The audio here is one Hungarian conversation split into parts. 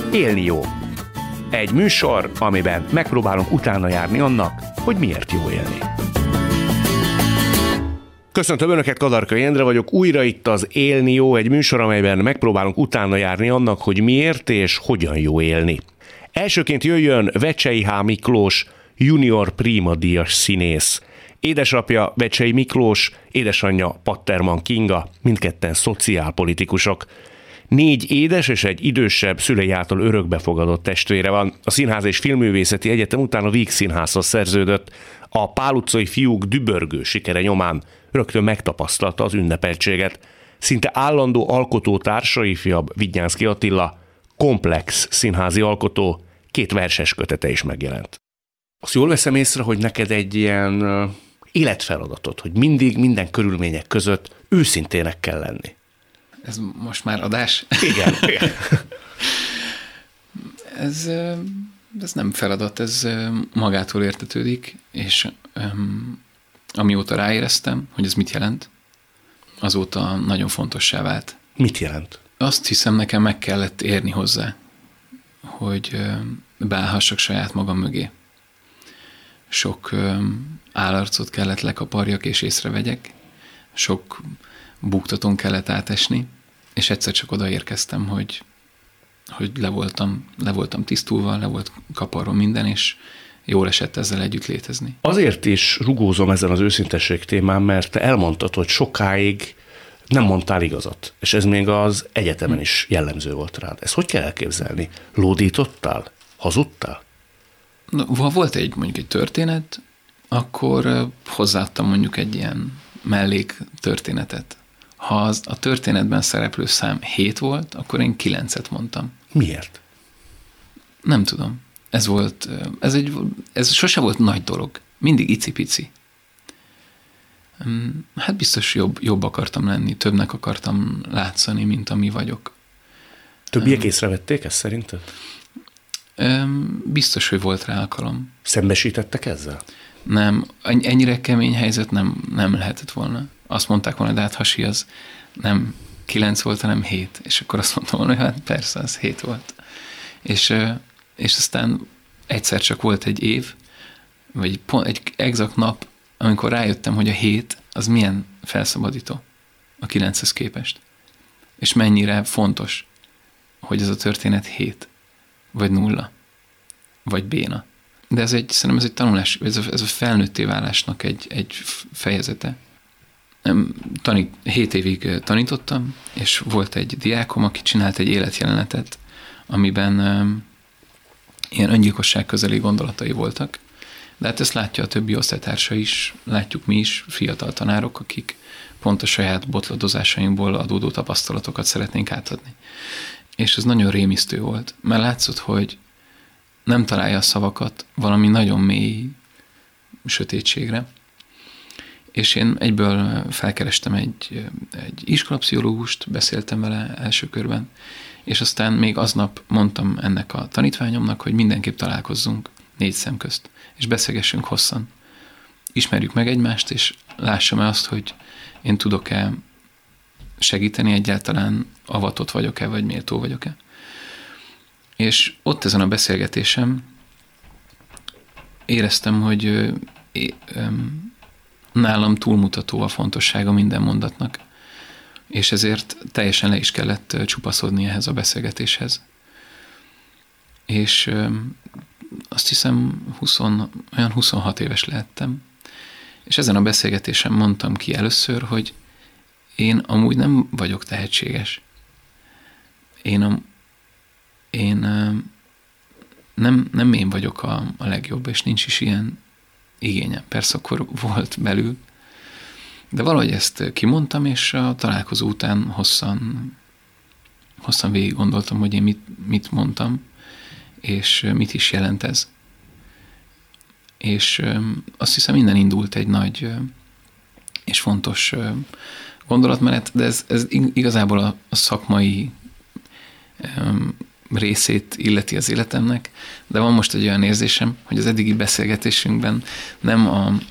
Élni jó. Egy műsor, amiben megpróbálunk utána járni annak, hogy miért jó élni. Köszöntöm Önöket, Kadarkai Endre vagyok, újra itt az Élni jó, egy műsor, amelyben megpróbálunk utána járni annak, hogy miért és hogyan jó élni. Elsőként jöjjön Vecsey H. Miklós, junior Prima díjas színész. Édesapja Vecsey Miklós, édesanyja Patterman Kinga, mindketten szociálpolitikusok. 4 édes és egy idősebb szülei által örökbefogadott testvére van. A Színház és Filmművészeti Egyetem után a Víg Színházhoz szerződött. A Pál utcai fiúk dübörgő sikere nyomán rögtön megtapasztalta az ünnepeltséget. Szinte állandó alkotótársa, ifjabb Vidnyánszky Attila, komplex színházi alkotó, 2 verses kötete is megjelent. Azt jól veszem észre, hogy neked egy ilyen életfeladatot, hogy mindig, minden körülmények között őszintének kell lenni. Ez most már adás? Igen. Ez nem feladat, ez magától értetődik, és amióta ráéreztem, hogy ez mit jelent, azóta nagyon fontossá vált. Mit jelent? Azt hiszem, nekem meg kellett érni hozzá, hogy beállhassak saját magam mögé. Sok állarcot kellett lekaparjak és észrevegyek, sok buktatón kellett átesni, és egyszer csak odaérkeztem, hogy le voltam tisztulva, le volt kaparva minden, és jól esett ezzel együtt létezni. Azért is rugózom ezen az őszintesség témán, mert te elmondtad, hogy sokáig nem mondtál igazat, és ez még az egyetemen is jellemző volt rád. Ezt hogy kell elképzelni? Lódítottál? Hazudtál? Volt mondjuk egy történet, akkor hozzáadtam mondjuk egy ilyen mellék történetet. Ha a történetben szereplő szám 7 volt, akkor én 9-et mondtam. Miért? Nem tudom. Ez sose volt nagy dolog. Mindig icipici. Hát biztos jobb akartam lenni, többnek akartam látszani, mint ami vagyok. Többiek észrevették ezt szerinted? Biztos, hogy volt rá alkalom. Szembesítettek ezzel? Nem, ennyire kemény helyzet nem lehetett volna. Azt mondták volna, de hát Hasi az nem 9 volt, hanem 7. És akkor azt mondtam volna, hogy hát persze, az 7 volt. És aztán egyszer csak volt egy év, vagy egy exakt nap, amikor rájöttem, hogy a 7 az milyen felszabadító a 9-hez képest. És mennyire fontos, hogy ez a történet 7, vagy 0, vagy béna. De szerintem ez egy tanulás, ez a felnőtté válásnak egy fejezete. 7 évig tanítottam, és volt egy diákom, aki csinált egy életjelenetet, amiben ilyen öngyilkosság közeli gondolatai voltak. De hát ezt látja a többi osztálytársa is, látjuk mi is, fiatal tanárok, akik pont a saját botladozásainkból adódó tapasztalatokat szeretnénk átadni. És ez nagyon rémisztő volt, mert látszott, hogy nem találja a szavakat valami nagyon mély sötétségre. És én egyből felkerestem egy iskolapszichológust, beszéltem vele első körben, és aztán még aznap mondtam ennek a tanítványomnak, hogy mindenképp találkozzunk 4 szem közt, és beszélgessünk hosszan. Ismerjük meg egymást, és lássam-e azt, hogy én tudok-e segíteni egyáltalán, avatott vagyok-e, vagy méltó vagyok-e. És ott ezen a beszélgetésem éreztem, hogy nálam túlmutató a fontossága minden mondatnak, és ezért teljesen le is kellett csupaszodni ehhez a beszélgetéshez. És azt hiszem olyan 26 éves lehettem, és ezen a beszélgetésen mondtam ki először, hogy én amúgy nem vagyok tehetséges. Nem én vagyok a legjobb, és nincs is ilyen igényem. Persze akkor volt belül, de valahogy ezt kimondtam, és a találkozó után hosszan végig gondoltam, hogy én mit mondtam, és mit is jelent ez. És azt hiszem, innen indult egy nagy és fontos gondolatmenet, de ez igazából a szakmai részét illeti az életemnek, de van most egy olyan érzésem, hogy az eddigi beszélgetésünkben nem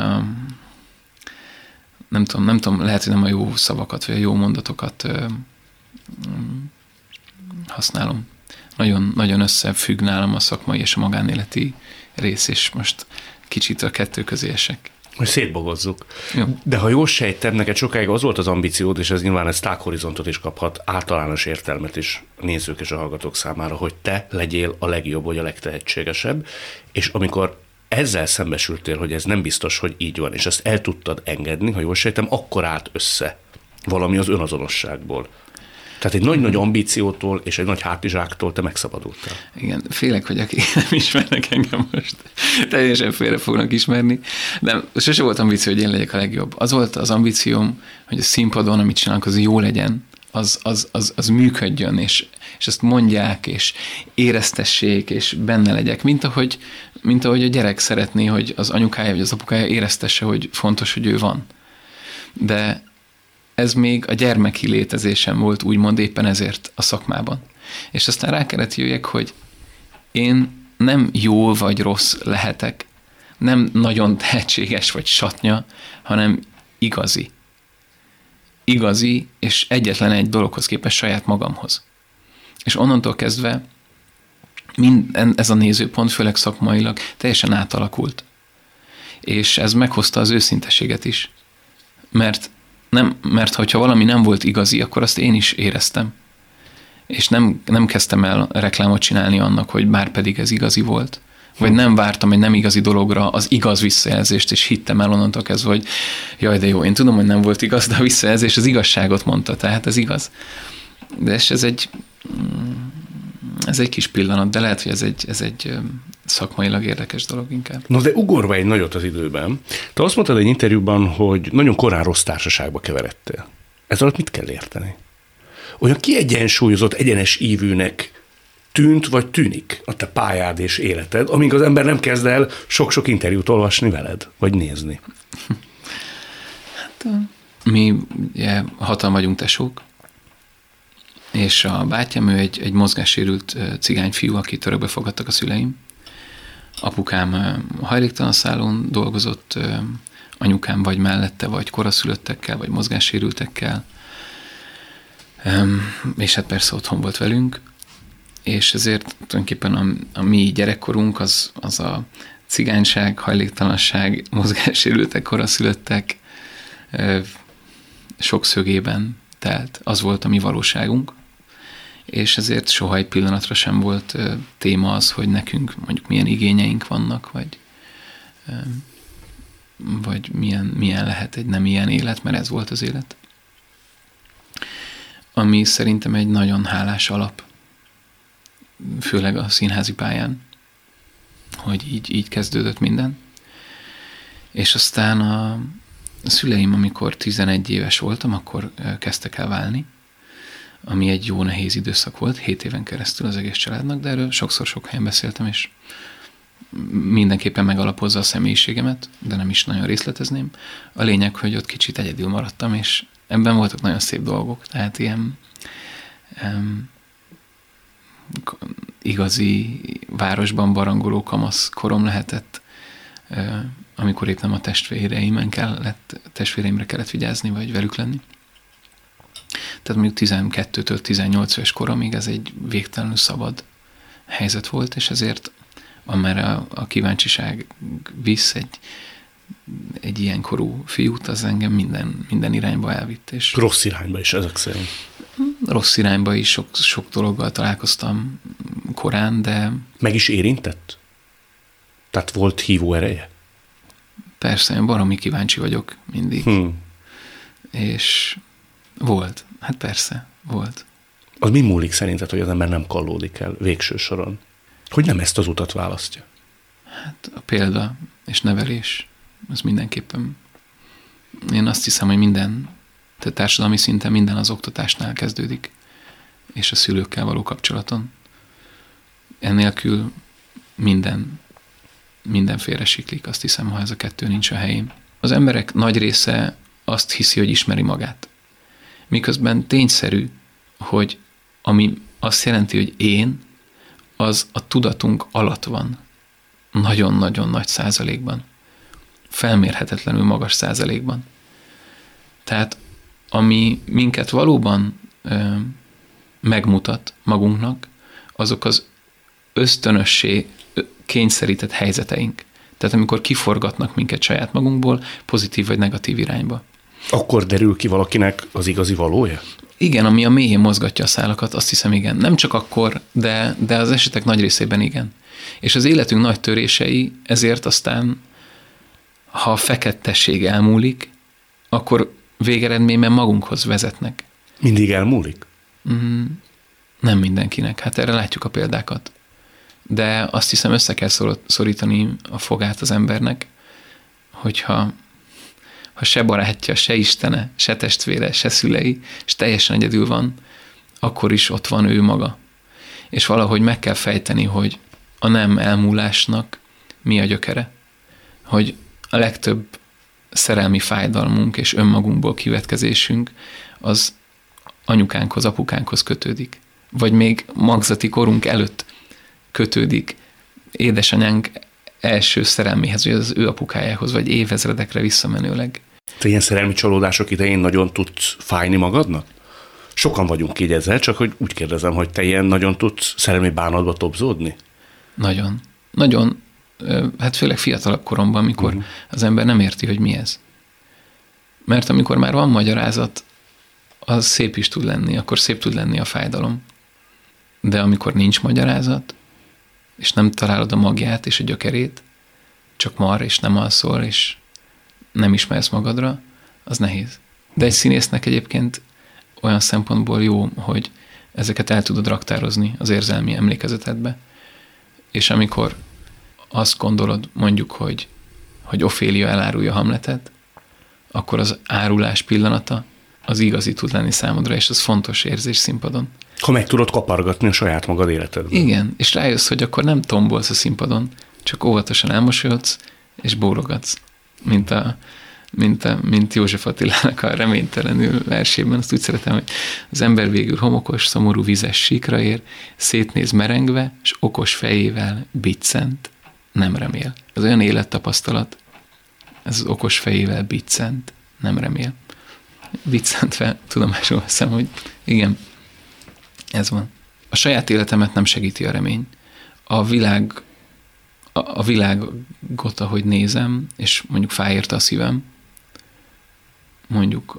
tudom, lehet, hogy nem a jó szavakat, vagy a jó mondatokat használom. nagyon, nagyon összefügg nálam a szakmai és a magánéleti rész, és most kicsit a kettő közé esek. Hogy szétbogozzuk. Jó. De ha jól sejtem, neked sokáig az volt az ambíciód, és ez nyilván egy tághorizontot is kaphat, általános értelmet is a nézők és a hallgatók számára, hogy te legyél a legjobb vagy a legtehetségesebb, és amikor ezzel szembesültél, hogy ez nem biztos, hogy így van, és ezt el tudtad engedni, ha jól sejtem, akkor állt össze valami az önazonosságból. Tehát egy nagy-nagy ambíciótól és egy nagy hátizsáktól te megszabadultál. Igen, félek, hogy akik nem ismernek engem most, teljesen félre fognak ismerni. De sose volt ambíció, hogy én legyek a legjobb. Az volt az ambícióm, hogy a színpadon, amit csinálok, az jó legyen, az működjön, és ezt mondják, és éreztessék, és benne legyek. Mint ahogy a gyerek szeretné, hogy az anyukája vagy az apukája éreztesse, hogy fontos, hogy ő van. De ez még a gyermeki létezésem volt, úgymond éppen ezért a szakmában. És aztán rá kellett jöjjek, hogy én nem jó vagy rossz lehetek, nem nagyon tehetséges vagy satnya, hanem igazi. Igazi, és egyetlen egy dologhoz képest saját magamhoz. És onnantól kezdve ez a nézőpont, főleg szakmailag, teljesen átalakult. És ez meghozta az őszinteséget is. Mert hogyha valami nem volt igazi, akkor azt én is éreztem. És nem kezdtem el reklámot csinálni annak, hogy bár pedig ez igazi volt. Vagy nem vártam egy nem igazi dologra az igaz visszajelzést, és hittem el onnantól kezdve, hogy jaj, de jó, én tudom, hogy nem volt igaz, de a visszajelzés az igazságot mondta, tehát ez igaz. De ez egy kis pillanat, de lehet, hogy ez egy szakmailag érdekes dolog inkább. No, de ugorva egy nagyot az időben, te azt mondtad egy interjúban, hogy nagyon korán rossz társaságba keveredtél. Ez alatt mit kell érteni? Olyan kiegyensúlyozott, egyenes ívűnek tűnt, vagy tűnik a te pályád és életed, amíg az ember nem kezd el sok-sok interjút olvasni veled, vagy nézni? Hát mi ugye, hatan vagyunk tesók, és a bátyám, ő egy mozgássérült cigányfiú, akit örökbe fogadtak a szüleim. Apukám hajléktalan szállón dolgozott, anyukám vagy mellette, vagy koraszülöttekkel, vagy mozgássérültekkel, és hát persze otthon volt velünk, és ezért tulajdonképpen a mi gyerekkorunk az a cigányság, hajléktalanság, mozgássérültek, koraszülöttek sok szögében telt. Az volt a mi valóságunk, és ezért soha egy pillanatra sem volt téma az, hogy nekünk mondjuk milyen igényeink vannak, vagy milyen lehet egy nem ilyen élet, mert ez volt az élet. Ami szerintem egy nagyon hálás alap, főleg a színházi pályán, hogy így kezdődött minden. És aztán a szüleim, amikor 11 éves voltam, akkor kezdtek el válni, ami egy jó nehéz időszak volt, 7 éven keresztül az egész családnak, de erről sokszor sok helyen beszéltem, és mindenképpen megalapozza a személyiségemet, de nem is nagyon részletezném. A lényeg, hogy ott kicsit egyedül maradtam, és ebben voltak nagyon szép dolgok, tehát ilyen igazi városban barangoló kamasz korom lehetett, amikor épp nem a testvéreimre kellett vigyázni, vagy velük lenni. Tehát mondjuk 12-től 18 éves koromig ez egy végtelenül szabad helyzet volt, és ezért amerre a kíváncsiság visz egy ilyen korú fiút, az engem minden irányba elvitt. És rossz irányba is ezek szerint. Rossz irányba is sok dologgal találkoztam korán, de... Meg is érintett? Tehát volt hívó ereje? Persze, én baromi kíváncsi vagyok mindig. És volt. Hát persze, volt. Az mi múlik szerinted, hogy az ember nem kallódik el végső soron? Hogy nem ezt az utat választja? Hát a példa és nevelés, az mindenképpen. Én azt hiszem, hogy tehát társadalmi szinten minden az oktatásnál kezdődik, és a szülőkkel való kapcsolaton. Ennélkül minden félresiklik, azt hiszem, ha ez a kettő nincs a helyén. Az emberek nagy része azt hiszi, hogy ismeri magát. Miközben tényszerű, hogy ami azt jelenti, hogy én, az a tudatunk alatt van. Nagyon-nagyon nagy százalékban. Felmérhetetlenül magas százalékban. Tehát ami minket valóban megmutat magunknak, azok az ösztönössé kényszerített helyzeteink. Tehát amikor kiforgatnak minket saját magunkból, pozitív vagy negatív irányba. Akkor derül ki valakinek az igazi valója? Igen, ami a mélyén mozgatja a szálakat, azt hiszem igen. Nem csak akkor, de az esetek nagy részében igen. És az életünk nagy törései ezért aztán, ha a fekettesség elmúlik, akkor végeredményben magunkhoz vezetnek. Mindig elmúlik? Nem mindenkinek. Hát erre látjuk a példákat. De azt hiszem össze kell szorítani a fogát az embernek, hogyha se barátja, se istene, se testvére, se szülei, és teljesen egyedül van, akkor is ott van ő maga. És valahogy meg kell fejteni, hogy a nem elmúlásnak mi a gyökere. Hogy a legtöbb szerelmi fájdalmunk és önmagunkból kivetkezésünk az anyukánkhoz, apukánkhoz kötődik. Vagy még magzati korunk előtt kötődik édesanyánk első szerelméhez, vagy az ő apukájához, vagy évezredekre visszamenőleg. Te ilyen szerelmi csalódások idején nagyon tudsz fájni magadnak? Sokan vagyunk így ezzel, csak hogy úgy kérdezem, hogy te ilyen nagyon tudsz szerelmi bánatba tobzódni? Nagyon. Nagyon. Hát főleg fiatalabb koromban, amikor az ember nem érti, hogy mi ez. Mert amikor már van magyarázat, az szép is tud lenni, akkor szép tud lenni a fájdalom. De amikor nincs magyarázat, és nem találod a magját és a gyökerét, csak mar, és nem alszol, és nem ismersz magadra, az nehéz. De egy színésznek egyébként olyan szempontból jó, hogy ezeket el tudod raktározni az érzelmi emlékezetedbe, és amikor azt gondolod, mondjuk, hogy Ofélia elárulja Hamletet, akkor az árulás pillanata az igazi tud lenni számodra, és az fontos érzés színpadon. Ha meg tudod kapargatni a saját magad életedben. Igen, és rájössz, hogy akkor nem tombolsz a színpadon, csak óvatosan elmosolyodsz, és bólogatsz, mint József Attilának a Reménytelenül versében. Azt úgy szeretem, hogy az ember végül homokos, szomorú, vizes síkra ér, szétnéz merengve, és okos fejével biccent, nem remél. Ez olyan élettapasztalat, ez az okos fejével biccent, nem remél. Viccentve tudomásul veszem, hogy igen, ez van. A saját életemet nem segíti a remény. A világot, ahogy nézem, és mondjuk fáj érte a szívem, mondjuk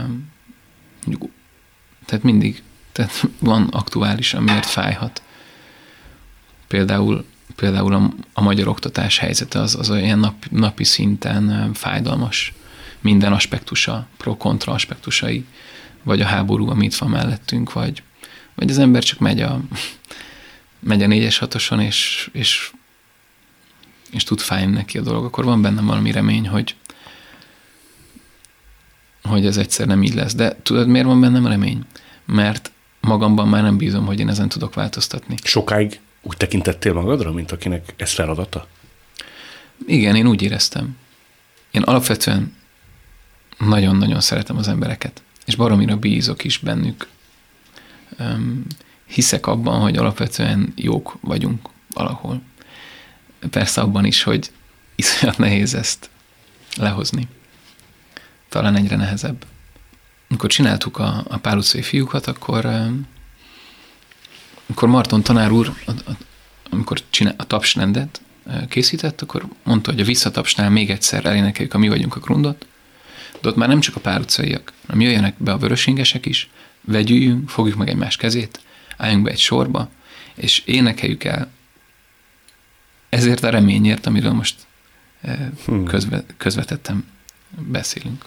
tehát mindig, tehát van aktuális, amiért fájhat. Például a magyar oktatás helyzete az olyan napi szinten fájdalmas. Minden aspektusa, pro-kontra aspektusai, vagy a háború, amit van mellettünk, vagy az ember csak megy a 4-es 6-oson, és tud fájni neki a dolog, akkor van bennem valami remény, hogy ez egyszer nem így lesz. De tudod, miért van bennem remény? Mert magamban már nem bízom, hogy én ezen tudok változtatni. Sokáig úgy tekintettél magadra, mint akinek ez feladata? Igen, én úgy éreztem. Én alapvetően nagyon-nagyon szeretem az embereket, és baromira bízok is bennük. Hiszek abban, hogy alapvetően jók vagyunk valahol. Persze abban is, hogy iszonyat nehéz ezt lehozni. Talán egyre nehezebb. Amikor csináltuk a Pál utcai fiúkat, akkor Marton tanár úr, amikor a tapsrendet készített, akkor mondta, hogy a visszatapsnál még egyszer elénekeljük a Mi vagyunk a Grundot, de ott már nem csak a Pál utcaiak, hanem jöjjenek be a vörösingesek is, vegyüljünk, fogjuk meg egymás kezét, álljunk be egy sorba, és énekeljük el ezért a reményért, amiről most közvetetten beszélünk.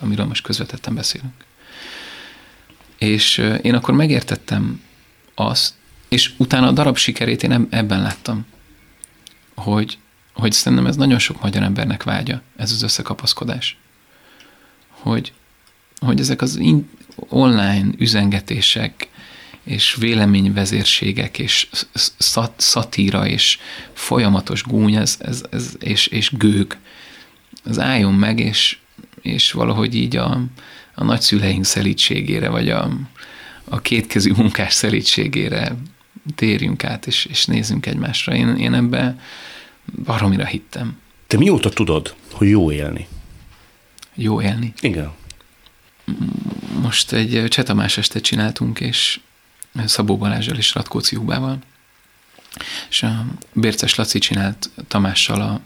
És én akkor megértettem azt, és utána a darab sikerét én ebben láttam, hogy szerintem ez nagyon sok magyar embernek vágya, ez az összekapaszkodás. Hogy ezek az online üzengetések, és véleményvezérségek, és szatíra, és folyamatos gúny, és gőg, ez álljon meg, és valahogy így a nagyszüleink szelídségére, vagy a kétkezű munkás szelídségére térjünk át, és nézzünk egymásra. Én ebben baromira hittem. Te mióta tudod, hogy jó élni? Jó élni? Igen. Most egy Cseh Tamás estet csináltunk, és Szabó Balázsral és Ratkóczi Hubával, És a Bérces Laci csinált Tamással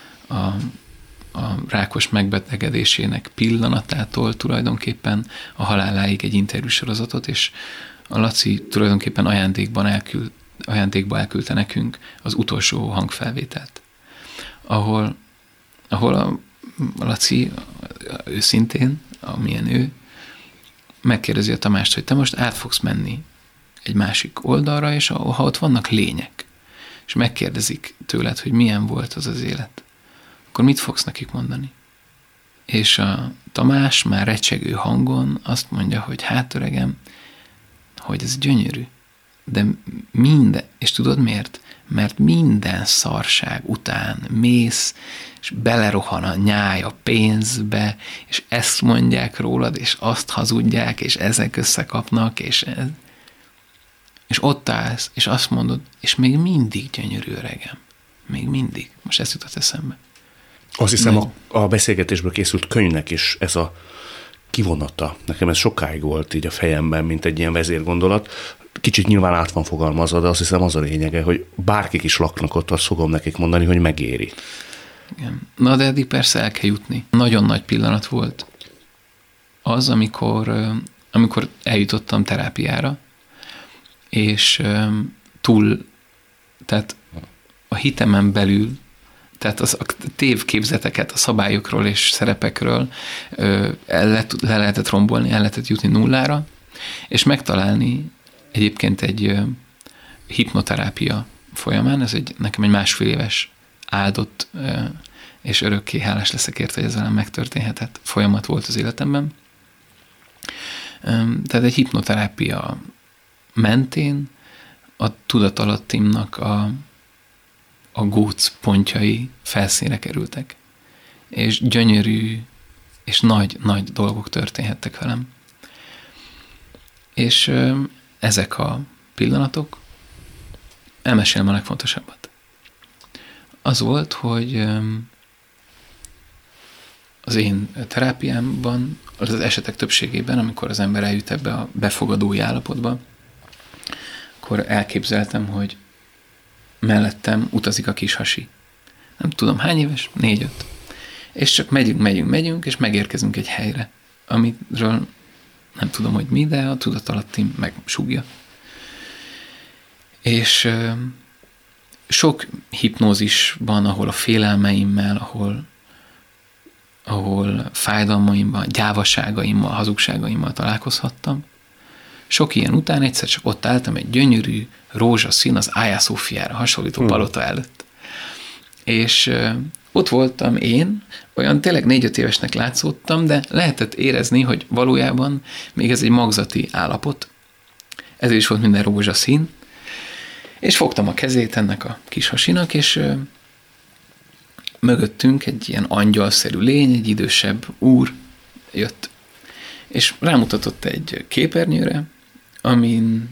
a rákos megbetegedésének pillanatától tulajdonképpen a haláláig egy interjúsorozatot, és a Laci tulajdonképpen ajándékba elküldte nekünk az utolsó hangfelvételt, ahol a Laci őszintén, amilyen ő, megkérdezi a Tamást, hogy te most át fogsz menni egy másik oldalra, és ha ott vannak lények, és megkérdezik tőled, hogy milyen volt az élet, akkor mit fogsz nekik mondani? És a Tamás már recsegő hangon azt mondja, hogy hát öregem, hogy ez gyönyörű, de minden, és tudod miért? Mert minden szarság után mész, és belerohan a nyáj a pénzbe, és ezt mondják rólad, és azt hazudják, és ezek összekapnak, és ott állsz, és azt mondod, és még mindig gyönyörű, öregem. Még mindig. Most ez jutott eszembe. Azt hiszem, a beszélgetésből készült könyvnek is ez a kivonata. Nekem ez sokáig volt így a fejemben, mint egy ilyen vezérgondolat. Kicsit nyilván át van fogalmazva, de azt hiszem az a lényege, hogy bárkik is laknak ott, azt fogom nekik mondani, hogy megéri. Igen. Na, de eddig persze el kell jutni. Nagyon nagy pillanat volt az, amikor eljutottam terápiára, és tehát a hitemen belül, tehát a tévképzeteket a szabályokról és szerepekről le lehetett rombolni, el lehetett jutni nullára, és megtalálni egyébként egy hipnoterápia folyamán, ez nekem egy 1,5 éves áldott, és örökké hálás leszek érte, hogy ez velem megtörténhetett folyamat volt az életemben. Tehát egy hipnoterápia mentén a tudatalattimnak a góc pontjai felszínre kerültek. És gyönyörű és nagy dolgok történhettek velem. És ezek a pillanatok, elmesélem a legfontosabbat. Az volt, hogy az én terápiámban, az esetek többségében, amikor az ember eljut ebbe a befogadói állapotba, akkor elképzeltem, hogy mellettem utazik a kis hasi. Nem tudom hány éves, 4-5. És csak megyünk, és megérkezünk egy helyre, amiről nem tudom, hogy mi, de a tudatalattim megsúgja. És sok hipnózisban, ahol a félelmeimmel, ahol fájdalmaimmal, gyávaságaimmal, hazugságaimmal találkozhattam, sok ilyen után egyszer csak ott álltam egy gyönyörű, rózsaszín, az Hagia Sophiára hasonlító palota előtt. És ott voltam én, olyan tényleg 4-5 évesnek látszottam, de lehetett érezni, hogy valójában még ez egy magzati állapot. Ezért is volt minden rózsaszín. És fogtam a kezét ennek a kis hasinak, és mögöttünk egy ilyen angyalszerű lény, egy idősebb úr jött. És rámutatott egy képernyőre, amin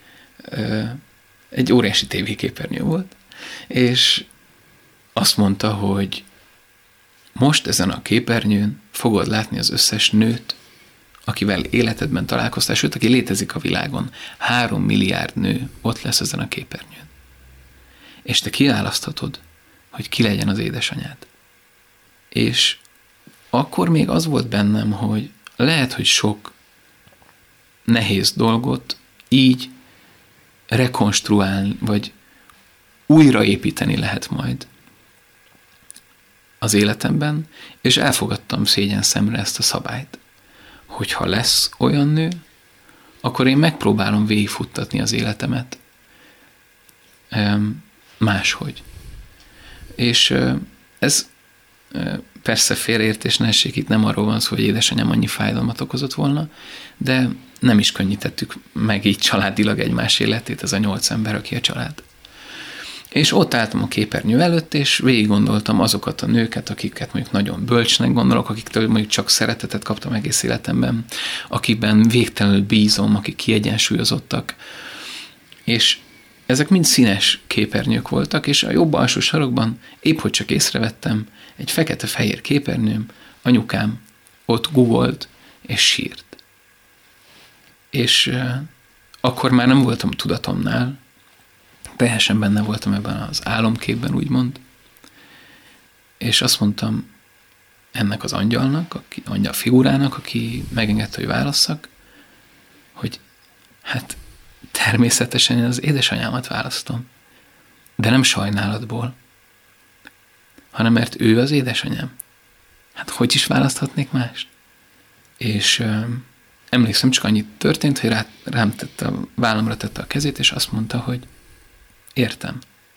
egy óriási tévéképernyő volt, és azt mondta, hogy most ezen a képernyőn fogod látni az összes nőt, akivel életedben találkoztál, sőt, aki létezik a világon. 3 milliárd nő ott lesz ezen a képernyőn. És te kiválaszthatod, hogy ki legyen az édesanyád. És akkor még az volt bennem, hogy lehet, hogy sok nehéz dolgot így rekonstruálni, vagy újraépíteni lehet majd az életemben, és elfogadtam szégyen szemre ezt a szabályt, hogy ha lesz olyan nő, akkor én megpróbálom végigfuttatni az életemet máshogy. És ez persze félreértés ne essék, itt nem arról van szó, hogy édesanyám annyi fájdalmat okozott volna, de nem is könnyítettük meg így családilag egymás életét, ez a 8 ember, aki a család. És ott álltam a képernyő előtt, és végig gondoltam azokat a nőket, akiket mondjuk nagyon bölcsnek gondolok, akiktől mondjuk csak szeretetet kaptam egész életemben, akikben végtelenül bízom, akik kiegyensúlyozottak. És ezek mind színes képernyők voltak, és a jobb alsó sarokban épp hogy csak észrevettem egy fekete-fehér képernyőm, anyukám ott googolt és sírt. És akkor már nem voltam tudatomnál, teljesen benne voltam ebben az álomképben, úgymond, és azt mondtam ennek az angyalnak, angyal figurának, aki megengedte, hogy válasszak, hogy hát természetesen én az édesanyámat választom, de nem sajnálatból, hanem mert ő az édesanyám. Hát hogy is választhatnék mást? És emlékszem, csak annyit történt, hogy rám tette, vállamra tette a kezét, és azt mondta, hogy értem.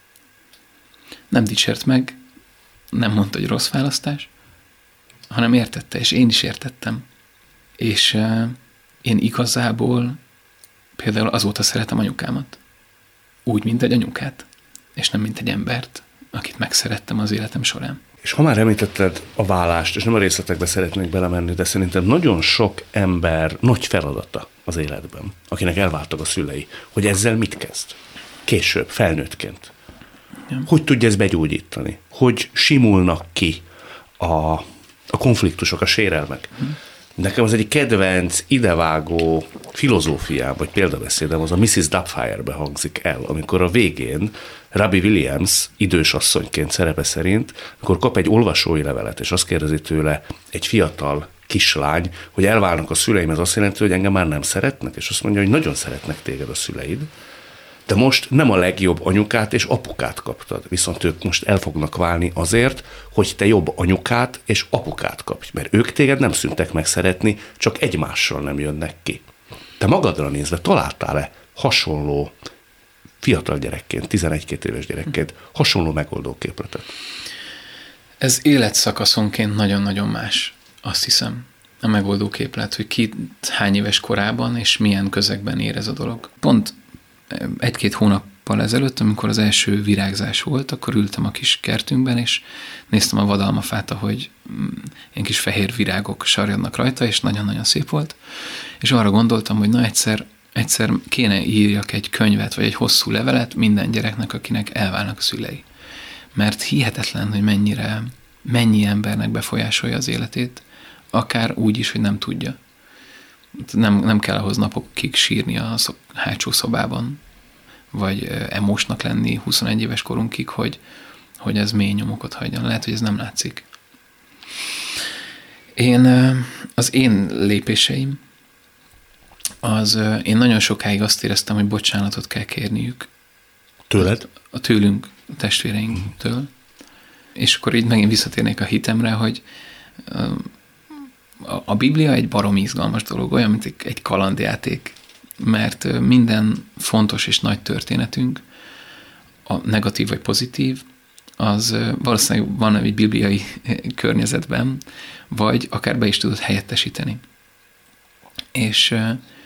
Nem dicsért meg, nem mondta, hogy rossz választás, hanem értette, és én is értettem. És én igazából például azóta szeretem anyukámat. Úgy, mint egy anyukát, és nem mint egy embert, akit megszerettem az életem során. És ha már említetted a válást, és nem a részletekbe szeretnék belemenni, de szerintem nagyon sok ember nagy feladata az életben, akinek elváltak a szülei, hogy ezzel mit kezd? Később, felnőttként. Ja. Hogy tudja ezt begyógyítani? Hogy simulnak ki a konfliktusok, a sérelmek? Nekem az egyik kedvenc, idevágó filozófiám, vagy példabeszédem az a Mrs. Doubtfire-be hangzik el, amikor a végén Robbie Williams idős asszonyként szerepe szerint, amikor kap egy olvasói levelet, és azt kérdezi tőle egy fiatal kislány, hogy elválnak a szüleim, ez azt jelenti, hogy engem már nem szeretnek, és azt mondja, hogy nagyon szeretnek téged a szüleid, de most nem a legjobb anyukát és apukát kaptad, viszont ők most el fognak válni azért, hogy te jobb anyukát és apukát kapj, mert ők téged nem szűntek meg szeretni, csak egymással nem jönnek ki. Te magadra nézve találtál-e hasonló fiatal gyerekként, 11-2 éves gyerekként hasonló megoldóképletet? Ez életszakaszonként nagyon-nagyon más, azt hiszem, a megoldóképlet, hogy ki hány éves korában és milyen közegben érez a dolog. Pont 1-2 hónappal ezelőtt, amikor az első virágzás volt, akkor ültem a kis kertünkben, és néztem a vadalmafát, ahogy ilyen kis fehér virágok sarjadnak rajta, és nagyon-nagyon szép volt. És arra gondoltam, hogy na egyszer kéne írjak egy könyvet, vagy egy hosszú levelet minden gyereknek, akinek elválnak a szülei. Mert hihetetlen, hogy mennyi embernek befolyásolja az életét, akár úgy is, hogy nem tudja. Nem kell ahhoz napokig sírni a hátsó szobában, vagy emósnak lenni 21 éves korunkig, hogy ez mély nyomokat hagyjon. Lehet, hogy ez nem látszik. Az én lépéseim, én nagyon sokáig azt éreztem, hogy bocsánatot kell kérniük. Tőled? Tőlünk, a testvéreinktől. És akkor így megint visszatérnék a hitemre, hogy a Biblia egy baromi izgalmas dolog, olyan, mint egy kalandjáték, mert minden fontos és nagy történetünk, a negatív vagy pozitív, az valószínűleg van egy bibliai környezetben, vagy akár be is tudod helyettesíteni. És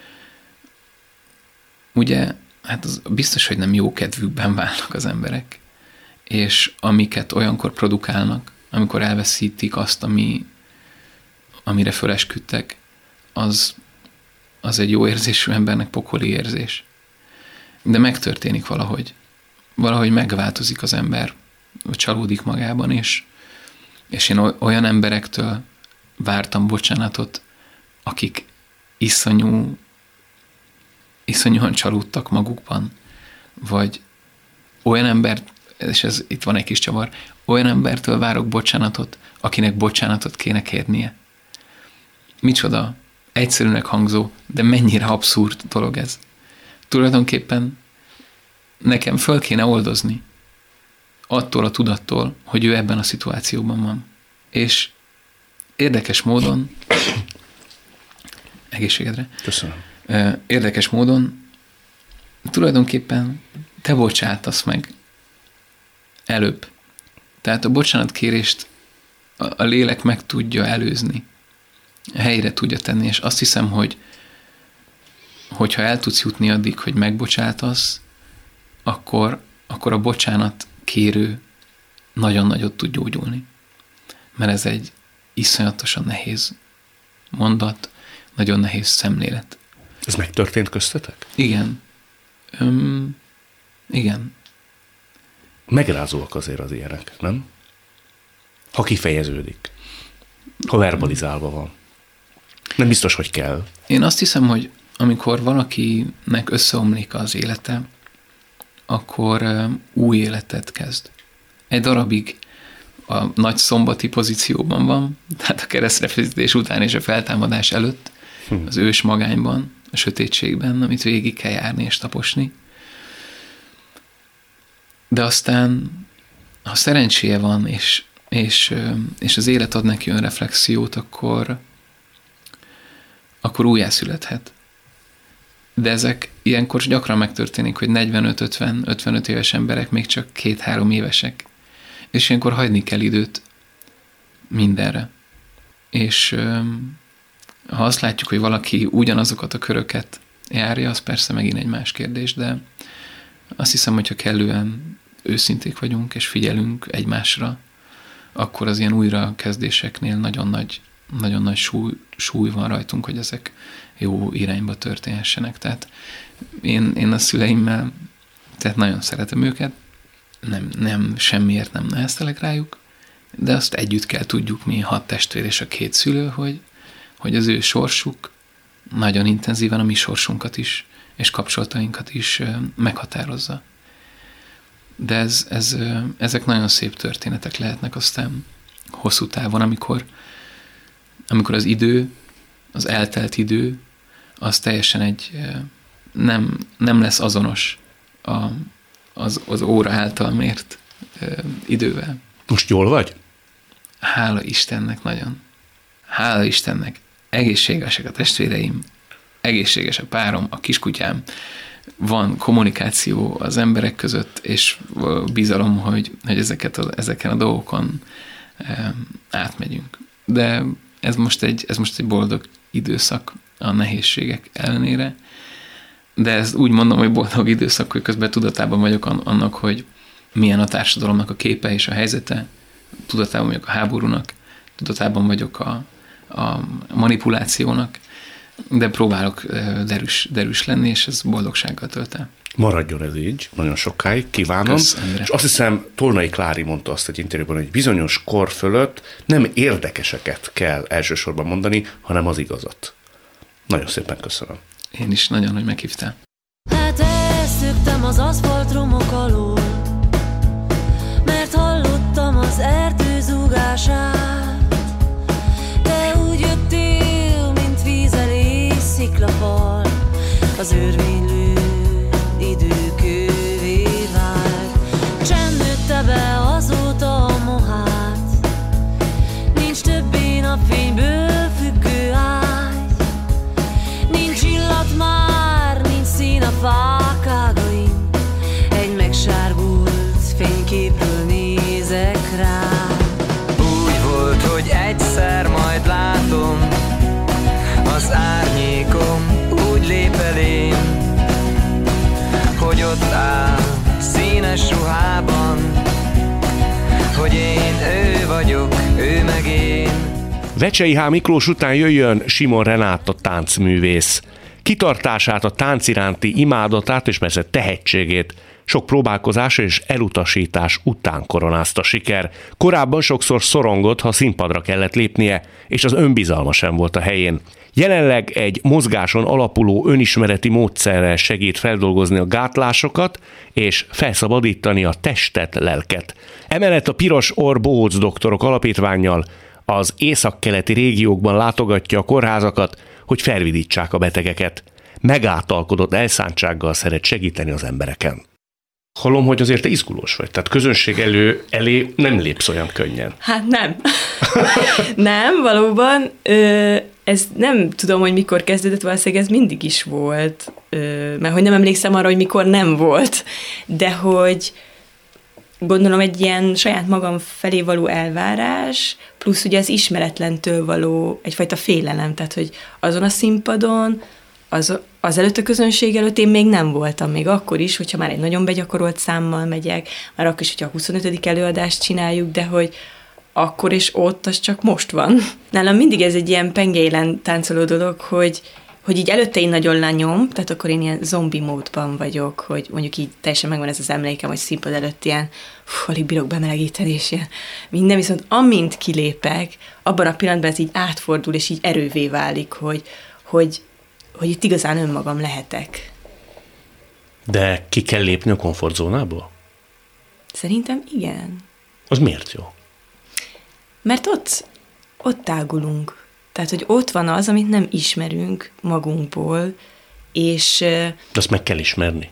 ugye, hát az biztos, hogy nem jó kedvükben válnak az emberek, és amiket olyankor produkálnak, amikor elveszítik azt, amire fölesküdtek, az egy jó érzésű embernek pokoli érzés. De megtörténik valahogy. Valahogy megváltozik az ember, vagy csalódik magában, és én olyan emberektől vártam bocsánatot, akik iszonyúan csalódtak magukban, vagy olyan embert, és itt van egy kis csavar, olyan embertől várok bocsánatot, akinek bocsánatot kéne kérnie. Micsoda egyszerűnek hangzó, de mennyire abszurd dolog ez. Tulajdonképpen nekem föl kéne oldozni attól a tudattól, hogy ő ebben a szituációban van. És érdekes módon egészségedre. Köszönöm. Érdekes módon tulajdonképpen te bocsátasz meg előbb. Tehát a bocsánatkérést a lélek meg tudja előzni. Helyre tudja tenni, és azt hiszem, hogyha el tudsz jutni addig, hogy megbocsátasz, akkor a bocsánat kérő nagyon nagyot tud gyógyulni. Mert ez egy iszonyatosan nehéz mondat, nagyon nehéz szemlélet. Ez megtörtént köztetek? Igen. Igen. Megrázóak azért az ilyenek, nem? Ha kifejeződik. Ha verbalizálva van. Nem biztos, hogy kell. Én azt hiszem, hogy amikor valakinek összeomlik az élete, akkor új életet kezd. Egy darabig a nagy szombati pozícióban van, tehát a keresztrefeszítés után és a feltámadás előtt, az ős magányban, a sötétségben, amit végig kell járni és taposni. De aztán, ha szerencséje van, és az élet ad neki önreflexiót, akkor újjászülethet. De ezek ilyenkor gyakran megtörténik, hogy 45-50-55 éves emberek még csak 2-3 évesek. És ilyenkor hagyni kell időt mindenre. És ha azt látjuk, hogy valaki ugyanazokat a köröket járja, az persze megint egy más kérdés, de azt hiszem, hogyha kellően őszinték vagyunk, és figyelünk egymásra, akkor az ilyen újrakezdéseknél nagyon nagy súly van rajtunk, hogy ezek jó irányba történhessenek. Tehát én a szüleimmel, tehát nagyon szeretem őket, nem semmiért nem neheztelek rájuk, de azt együtt kell tudjuk mi 6 testvér és a 2 szülő, hogy az ő sorsuk nagyon intenzíven a mi sorsunkat is, és kapcsolatainkat is meghatározza. De ezek nagyon szép történetek lehetnek aztán hosszú távon, amikor az idő, az eltelt idő, az teljesen nem lesz azonos az óra által mért idővel. Most jól vagy? Hála Istennek nagyon. Hála Istennek. Egészségesek a testvéreim, egészséges a párom, a kiskutyám, van kommunikáció az emberek között, és bizalom, hogy ezeken a dolgokon átmegyünk. De ez most egy boldog időszak a nehézségek ellenére, de ezt úgy mondom, hogy boldog időszak, hogy közben tudatában vagyok annak, hogy milyen a társadalomnak a képe és a helyzete, tudatában vagyok a háborúnak, tudatában vagyok a manipulációnak, de próbálok derűs lenni, és ez boldogsággal tölt el. Maradjon ez így, nagyon sokáig, kívánom. És azt hiszem, Tolnai Klári mondta azt egy interjúban, hogy bizonyos kor fölött nem érdekeseket kell elsősorban mondani, hanem az igazat. Nagyon szépen köszönöm. Én is nagyon, hogy meghívtál. Hát elszöktem az aszfaltromok alól, mert hallottam az erdő zúgását. Te úgy jöttél, mint víz elé sziklafal, az örvénylő idő kővé vált. Csend nőtte be azóta a mohát, nincs többé napfényből függő ágy, nincs illat már, nincs szín a fák ágain, egy megsárgult fényképről nézek rá. Úgy volt, hogy egyszer majd látom, az árnyékom úgy lép elém, hogy ott áll színes ruhában, hogy én ő vagyok, ő meg én. Vecsei H. Miklós után jöjjön Simon Renáta táncművész. Kitartását, a tánc iránti imádatát és persze tehetségét sok próbálkozás és elutasítás után koronázta siker. Korábban sokszor szorongott, ha színpadra kellett lépnie, és az önbizalma sem volt a helyén. Jelenleg egy mozgáson alapuló önismereti módszerrel segít feldolgozni a gátlásokat és felszabadítani a testet, lelket. Emellett a Piros Orr Bohóc doktorok alapítvánnyal az északkeleti régiókban látogatja a kórházakat, hogy felvidítsák a betegeket. Megáltalkodott elszántsággal szeret segíteni az embereken. Hallom, hogy azért te izgulós vagy, tehát közönség elé nem lépsz olyan könnyen. Hát nem. Nem, valóban. Ez nem tudom, hogy mikor kezdődött, valószínűleg ez mindig is volt, mert hogy nem emlékszem arra, hogy mikor nem volt, de hogy gondolom egy ilyen saját magam felé való elvárás, plusz ugye az ismeretlentől való egyfajta félelem, tehát hogy azon a színpadon, az előtt a közönség előtt én még nem voltam, még akkor is, hogyha már egy nagyon begyakorolt számmal megyek, már akkor is, hogyha a 25. előadást csináljuk, de hogy akkor és ott az csak most van. Nálam mindig ez egy ilyen pengélen táncoló dolog, hogy így előtte én nagyon lenyom, tehát akkor én ilyen zombi módban vagyok, hogy mondjuk így teljesen megvan ez az emlékem, hogy színpad előtt ilyen alig bírok bemelegíteni, és ilyen minden, viszont amint kilépek, abban a pillanatban ez így átfordul, és így erővé válik, hogy itt igazán önmagam lehetek. De ki kell lépni a komfortzónából? Szerintem igen. Az miért jó? Mert ott tágulunk. Tehát, hogy ott van az, amit nem ismerünk magunkból, és... De azt meg kell ismerni.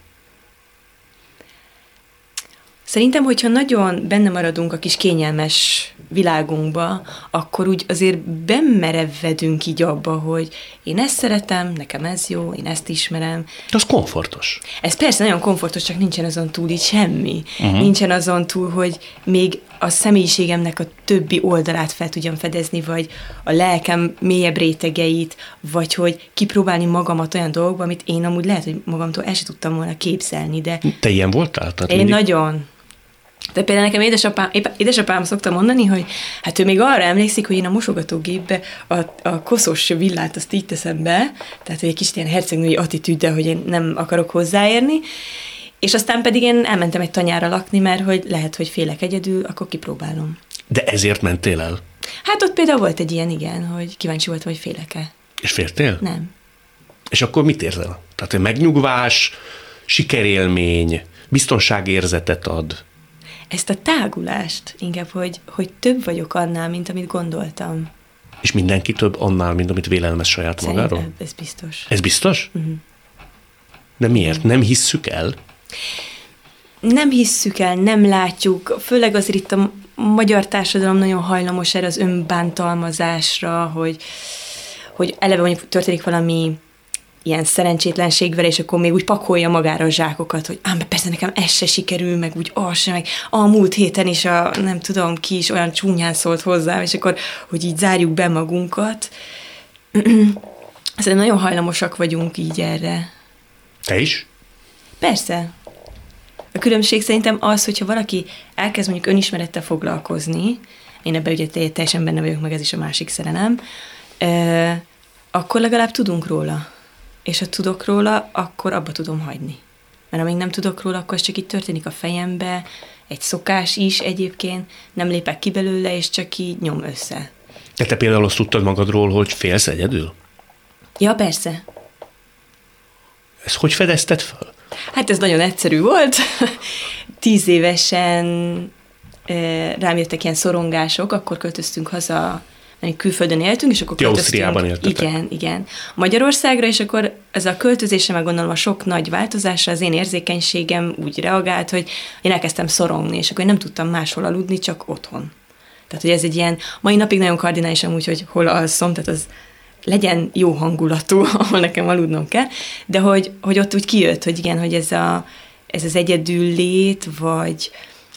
Szerintem, hogyha nagyon benne maradunk a kis kényelmes világunkba, akkor úgy azért bemerevedünk így abba, hogy én ezt szeretem, nekem ez jó, én ezt ismerem. De az komfortos. Ez persze nagyon komfortos, csak nincsen azon túl így semmi. Nincsen azon túl, hogy még a személyiségemnek a többi oldalát fel tudjam fedezni, vagy a lelkem mélyebb rétegeit, vagy hogy kipróbálni magamat olyan dolgokba, amit én amúgy lehet, hogy magamtól el sem tudtam volna képzelni, de... Te ilyen voltál? Tehát én nagyon... De például nekem édesapám szokta mondani, hogy hát ő még arra emlékszik, hogy én a mosogatógépbe a koszos villát azt így teszem be, tehát hogy egy kicsit ilyen hercegnői attitűddel, hogy én nem akarok hozzáérni, és aztán pedig én elmentem egy tanyára lakni, mert hogy lehet, hogy félek egyedül, akkor kipróbálom. De ezért mentél el? Hát ott például volt egy ilyen, igen, hogy kíváncsi voltam, hogy félek-e. És féltél? Nem. És akkor mit érzel? Tehát egy megnyugvás, sikerélmény, biztonságérzetet ad. Ezt a tágulást inkább, hogy több vagyok annál, mint amit gondoltam. És mindenki több annál, mint amit vélelmez saját magáról? Szerintem ez biztos. Ez biztos? De miért? Nem hisszük el? Nem hisszük el, nem látjuk. Főleg azért itt a magyar társadalom nagyon hajlamos erre az önbántalmazásra, hogy eleve mondjuk történik valami ilyen szerencsétlenség vele, és akkor még úgy pakolja magára a zsákokat, hogy persze nekem ez se sikerül, meg úgy az sem, meg a múlt héten is nem tudom ki is olyan csúnyán szólt hozzám, és akkor, hogy így zárjuk be magunkat. Szerintem nagyon hajlamosak vagyunk így erre. Te is? Persze. A különbség szerintem az, hogyha valaki elkezd mondjuk önismerettel foglalkozni, én ebben ugye teljesen benne vagyok, meg ez is a másik szerelem, akkor legalább tudunk róla. És ha tudok róla, akkor abba tudom hagyni. Mert amíg nem tudok róla, akkor csak így történik a fejembe, egy szokás is egyébként, nem lépek ki belőle, és csak így nyom össze. Te például azt tudtad magadról, hogy félsz egyedül? Ja, persze. Ezt hogy fedezted fel? Hát ez nagyon egyszerű volt. 10 évesen rám jöttek ilyen szorongások, akkor költöztünk haza, külföldön éltünk, és akkor költöztünk. Ausztriában éltetek. Igen. Magyarországra, és akkor ez a költözésre, meg gondolom a sok nagy változásra az én érzékenységem úgy reagált, hogy én elkezdtem szorongni, és akkor én nem tudtam máshol aludni, csak otthon. Tehát, hogy ez egy ilyen, mai napig nagyon kardinális amúgy, hogy hol alszom, tehát az legyen jó hangulatú, ahol nekem aludnom kell, de hogy ott úgy kijött, hogy igen, hogy ez az egyedül lét, vagy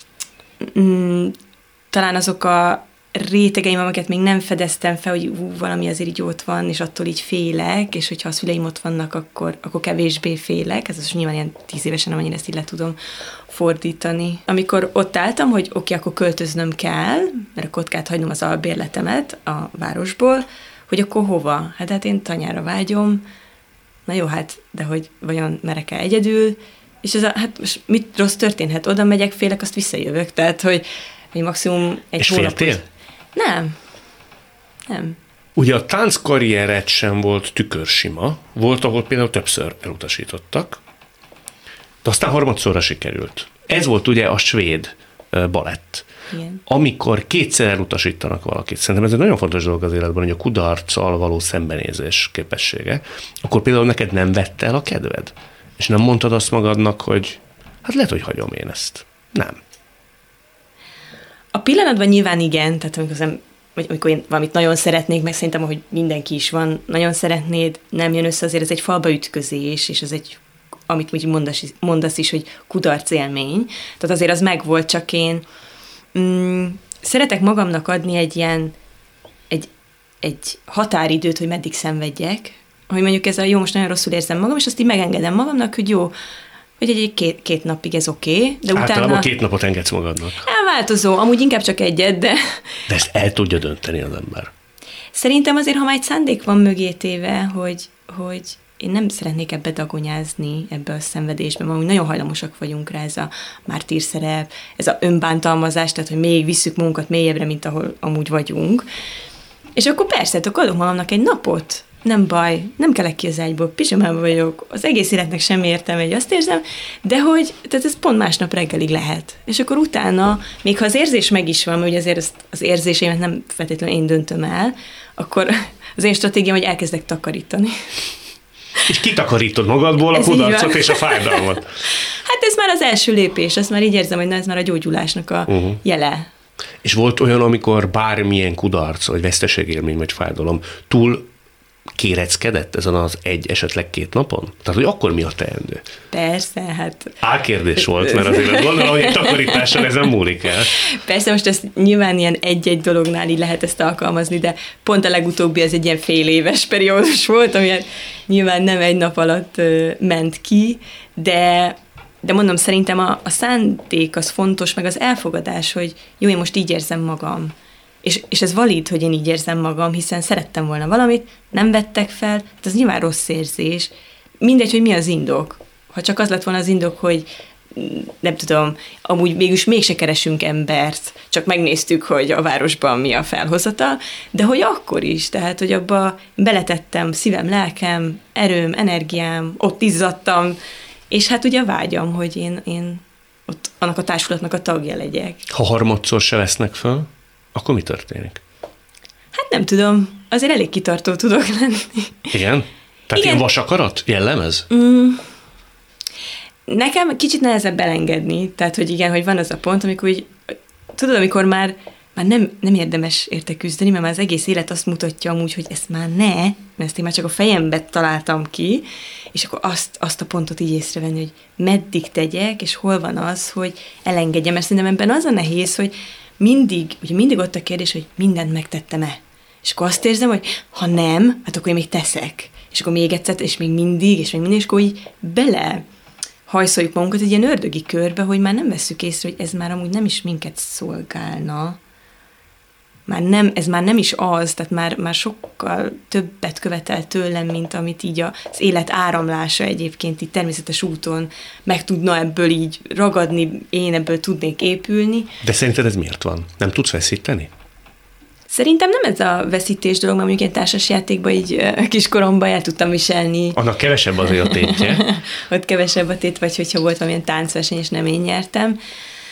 talán azok a rétegeim, amiket még nem fedeztem fel, hogy valami azért így ott van, és attól így félek, és hogyha a szüleim ott vannak, akkor kevésbé félek. Ez az nyilván ilyen 10 évesen, amennyire ezt így le tudom fordítani. Amikor ott álltam, hogy oké, akkor költöznöm kell, mert akkor ott kellett hagynom az albérletemet a városból, hogy akkor hova? Hát én tanyára vágyom, na jó, hát, de hogy vajon merek-e egyedül, és hát most mit rossz történhet? Oda megyek, félek, azt visszajövök, tehát, hogy maximum egy hónapot. És féltél? Nem. Ugye a tánckarriered sem volt tükörsima, volt, ahol például többször elutasítottak, de aztán harmadszorra sikerült. Ez volt ugye a svéd balett. Igen. Amikor kétszer elutasítanak valakit, szerintem ez egy nagyon fontos dolog az életben, hogy a kudarccal való szembenézés képessége, akkor például neked nem vette el a kedved? És nem mondtad azt magadnak, hogy hát lehet, hogy hagyom én ezt. Nem. A pillanatban nyilván igen, tehát amikor én valamit nagyon szeretnék, meg szerintem, hogy mindenki is van, nagyon szeretnéd, nem jön össze, azért ez egy falba ütközés, és ez egy, amit úgy mondasz is, hogy kudarc élmény. Tehát azért az megvolt, csak én szeretek magamnak adni egy határidőt, hogy meddig szenvedjek, hogy mondjuk ez jó, most nagyon rosszul érzem magam, és azt így megengedem magamnak, hogy jó, hogy egy két napig ez oké, de általában utána... 2 napot engedsz magadnak. Változó, amúgy inkább csak egyet, de... De ezt el tudja dönteni az ember. Szerintem azért, ha már egy szándék van mögé téve, hogy én nem szeretnék ebbe dagonyázni, ebbe a szenvedésbe, mert nagyon hajlamosak vagyunk rá, ez a mártírszerep, ez a önbántalmazás, tehát, hogy még visszük magunkat mélyebbre, mint ahol amúgy vagyunk. És akkor persze, akkor adok magamnak egy napot, nem baj, nem kelek ki az ágyból, pizsamában vagyok, az egész életnek semmi értelme, hogy azt érzem, de hogy, tehát ez pont másnap reggelig lehet. És akkor utána, még ha az érzés meg is van, mert ugye azért az érzéseimet nem feltétlenül én döntöm el, akkor az én stratégiám, hogy elkezdek takarítani. És kitakarítod magadból a kudarcot és a fájdalmat. Hát ez már az első lépés, azt már így érzem, hogy na, ez már a gyógyulásnak a jele. És volt olyan, amikor bármilyen kudarc, vagy veszteségélmény, vagy fájdalom túl kéreckedett ezen az esetleg 2 napon? Tehát, hogy akkor mi a teendő? Persze, hát... Álkérdés volt, mert azért gondolom, hogy egy takarítással ezen múlik el. Persze, most ezt nyilván ilyen egy-egy dolognál így lehet ezt alkalmazni, de pont a legutóbbi ez egy ilyen fél éves periódus volt, ami nyilván nem egy nap alatt ment ki, de mondom, szerintem a szándék az fontos, meg az elfogadás, hogy jó, én most így érzem magam. És ez valid, hogy én így érzem magam, hiszen szerettem volna valamit, nem vettek fel, hát az nyilván rossz érzés. Mindegy, hogy mi az indok. Ha csak az lett volna az indok, hogy nem tudom, amúgy mégis mégse keresünk embert, csak megnéztük, hogy a városban mi a felhozatal, de hogy akkor is, tehát, hogy abba beletettem szívem, lelkem, erőm, energiám, ott izzadtam, és hát ugye vágyam, hogy én ott annak a társulatnak a tagja legyek. Ha harmadszor se vesznek föl, akkor mi történik? Hát nem tudom, azért elég kitartó tudok lenni. Igen? Tehát ilyen vasakarat jellemez? Nekem kicsit nehezebb elengedni, tehát hogy igen, hogy van az a pont, amikor úgy, tudod, amikor már nem érdemes érte küzdeni, mert már az egész élet azt mutatja amúgy, hogy ezt már ne, mert ezt én már csak a fejembe találtam ki, és akkor azt a pontot így észrevenni, hogy meddig tegyek, és hol van az, hogy elengedjem, mert szerintem ebben az a nehéz, hogy mindig ott a kérdés, hogy mindent megtettem-e. És akkor azt érzem, hogy ha nem, hát akkor én még teszek. És akkor még egyszer, és még mindig, és akkor így bele hajszoljuk magunkat egy ilyen ördögi körbe, hogy már nem vesszük észre, hogy ez már amúgy nem is minket szolgálna. Ez már nem is az, tehát már sokkal többet követel tőlem, mint amit így az élet áramlása egyébként így természetes úton meg tudna ebből így ragadni, én ebből tudnék épülni. De szerinted ez miért van? Nem tudsz veszíteni? Szerintem nem ez a veszítés dolog, mert mondjuk egy társasjátékban így kiskoromban el tudtam viselni. Annak kevesebb azért a tétje. Ott kevesebb a tét, vagy hogyha volt valamilyen táncverseny, és nem én nyertem.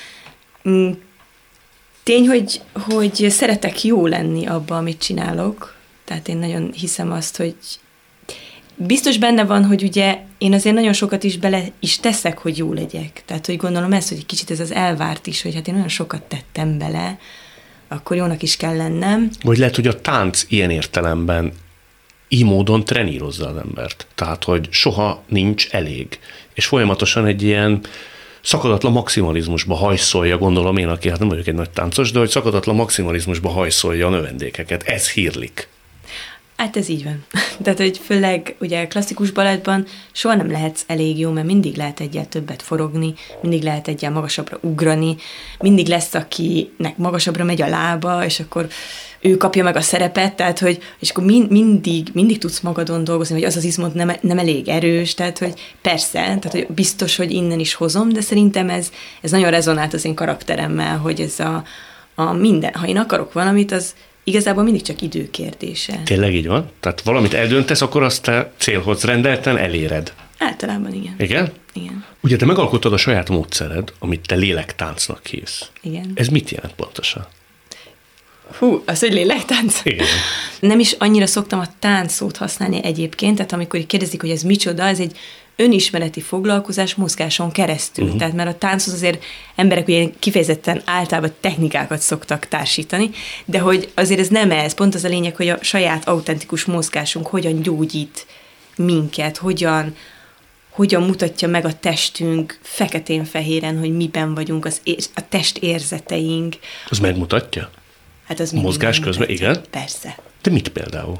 Tény, hogy szeretek jó lenni abba, amit csinálok. Tehát én nagyon hiszem azt, hogy biztos benne van, hogy ugye én azért nagyon sokat is bele is teszek, hogy jó legyek. Tehát, hogy gondolom ezt, hogy egy kicsit ez az elvárt is, hogy hát én nagyon sokat tettem bele, akkor jónak is kell lennem. Vagy lehet, hogy a tánc ilyen értelemben így módon trenírozza az embert. Tehát, hogy soha nincs elég. És folyamatosan egy ilyen szakadatlan maximalizmusba hajszolja, gondolom én, aki hát nem vagyok egy nagy táncos, de hogy szakadatlan maximalizmusba hajszolja a növendékeket. Ez hírlik. Hát ez így van. Tehát, hogy főleg ugye klasszikus balettban soha nem lehetsz elég jó, mert mindig lehet egyel többet forogni, mindig lehet egyel magasabbra ugrani, mindig lesz, akinek magasabbra megy a lába, és akkor ő kapja meg a szerepet, tehát, hogy és akkor mindig tudsz magadon dolgozni, hogy az izmod nem elég erős, tehát, hogy persze, tehát, hogy biztos, hogy innen is hozom, de szerintem ez nagyon rezonált az én karakteremmel, hogy ez a minden, ha én akarok valamit, az igazából mindig csak idő kérdése. Tényleg így van? Tehát valamit eldöntesz, akkor azt te célhoz rendelten eléred. Általában igen. Igen? Igen. Ugye te megalkottad a saját módszered, amit te lélektáncnak hívsz. Igen. Ez mit jelent pontosan? Hú, az, hogy lélektánc? Igen. Nem is annyira szoktam a tánc szót használni egyébként, tehát amikor kérdezik, hogy ez micsoda, ez egy önismereti foglalkozás mozgáson keresztül. Tehát mert a tánchoz azért emberek ugye kifejezetten általában technikákat szoktak társítani, de hogy azért ez nem ez, pont az a lényeg, hogy a saját autentikus mozgásunk hogyan gyógyít minket, hogyan mutatja meg a testünk feketén-fehéren, hogy miben vagyunk, a test érzeteink. Az megmutatja? Hát az mozgás közben, igen? Persze. De mit például?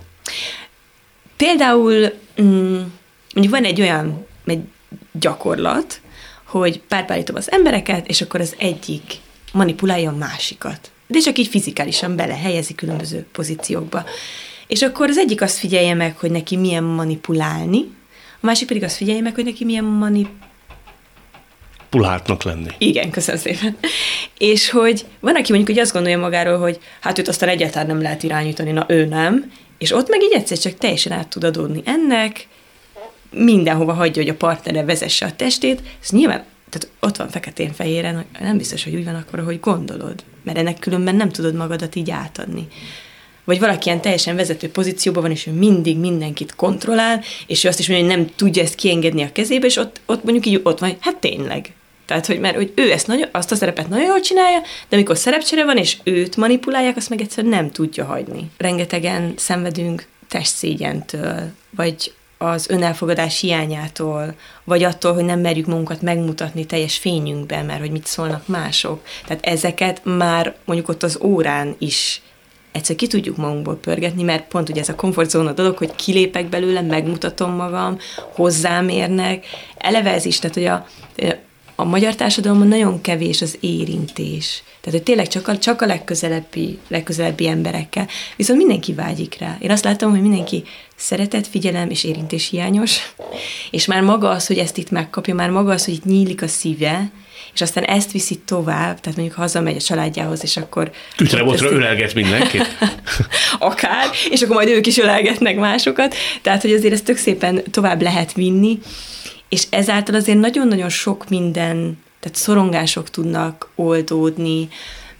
Például mondjuk van egy olyan gyakorlat, hogy párpárítom az embereket, és akkor az egyik manipulálja a másikat. De csak így fizikálisan belehelyezi különböző pozíciókba. És akkor az egyik azt figyelje meg, hogy neki milyen manipulálni, a másik pedig azt figyelje meg, hogy neki milyen Pulhártnak lenni. Igen, köszönöm szépen. És hogy van, aki mondjuk hogy azt gondolja magáról, hogy hát őt aztán egyáltalán nem lehet irányítani, na ő nem, és ott meg így egyszer csak teljesen át tud adódni ennek, mindenhova hagyja, hogy a partnere vezesse a testét, ez nyilván, tehát ott van feketén-fehéren, nem biztos, hogy úgy van akkor, ahogy gondolod, mert ennek különben nem tudod magadat így átadni. Vagy valaki ilyen teljesen vezető pozícióban van, és ő mindig mindenkit kontrollál, és ő azt is mondja, hogy nem tudja ezt kiengedni a kezébe, és ott mondjuk így ott van, hát tényleg. Tehát, hogy ő azt a szerepet nagyon jól csinálja, de amikor szerepcsere van, és őt manipulálják, azt meg egyszerűen nem tudja hagyni. Rengetegen szenvedünk testszégyentől, vagy az önelfogadás hiányától, vagy attól, hogy nem merjük magunkat megmutatni teljes fényünkben, mert hogy mit szólnak mások. Tehát ezeket már mondjuk ott az órán is egyszer ki tudjuk magunkból pörgetni, mert pont ugye ez a komfortzóna dolog, hogy kilépek belőle, megmutatom magam, hozzám érnek. Eleve ez is, tehát hogy a magyar társadalomban nagyon kevés az érintés. Tehát, hogy tényleg csak a legközelebbi emberekkel. Viszont mindenki vágyik rá. Én azt látom, hogy mindenki szeretet, figyelem és érintés hiányos, és már maga az, hogy ezt itt megkapja, már maga az, hogy itt nyílik a szíve, és aztán ezt viszi tovább, tehát mondjuk hazamegy a családjához, és akkor... Tütrebotra ölelget mindenkit? Akár, és akkor majd ők is ölelgetnek másokat, tehát, hogy azért ezt tök szépen tovább lehet vinni, és ezáltal azért nagyon-nagyon sok minden, tehát szorongások tudnak oldódni,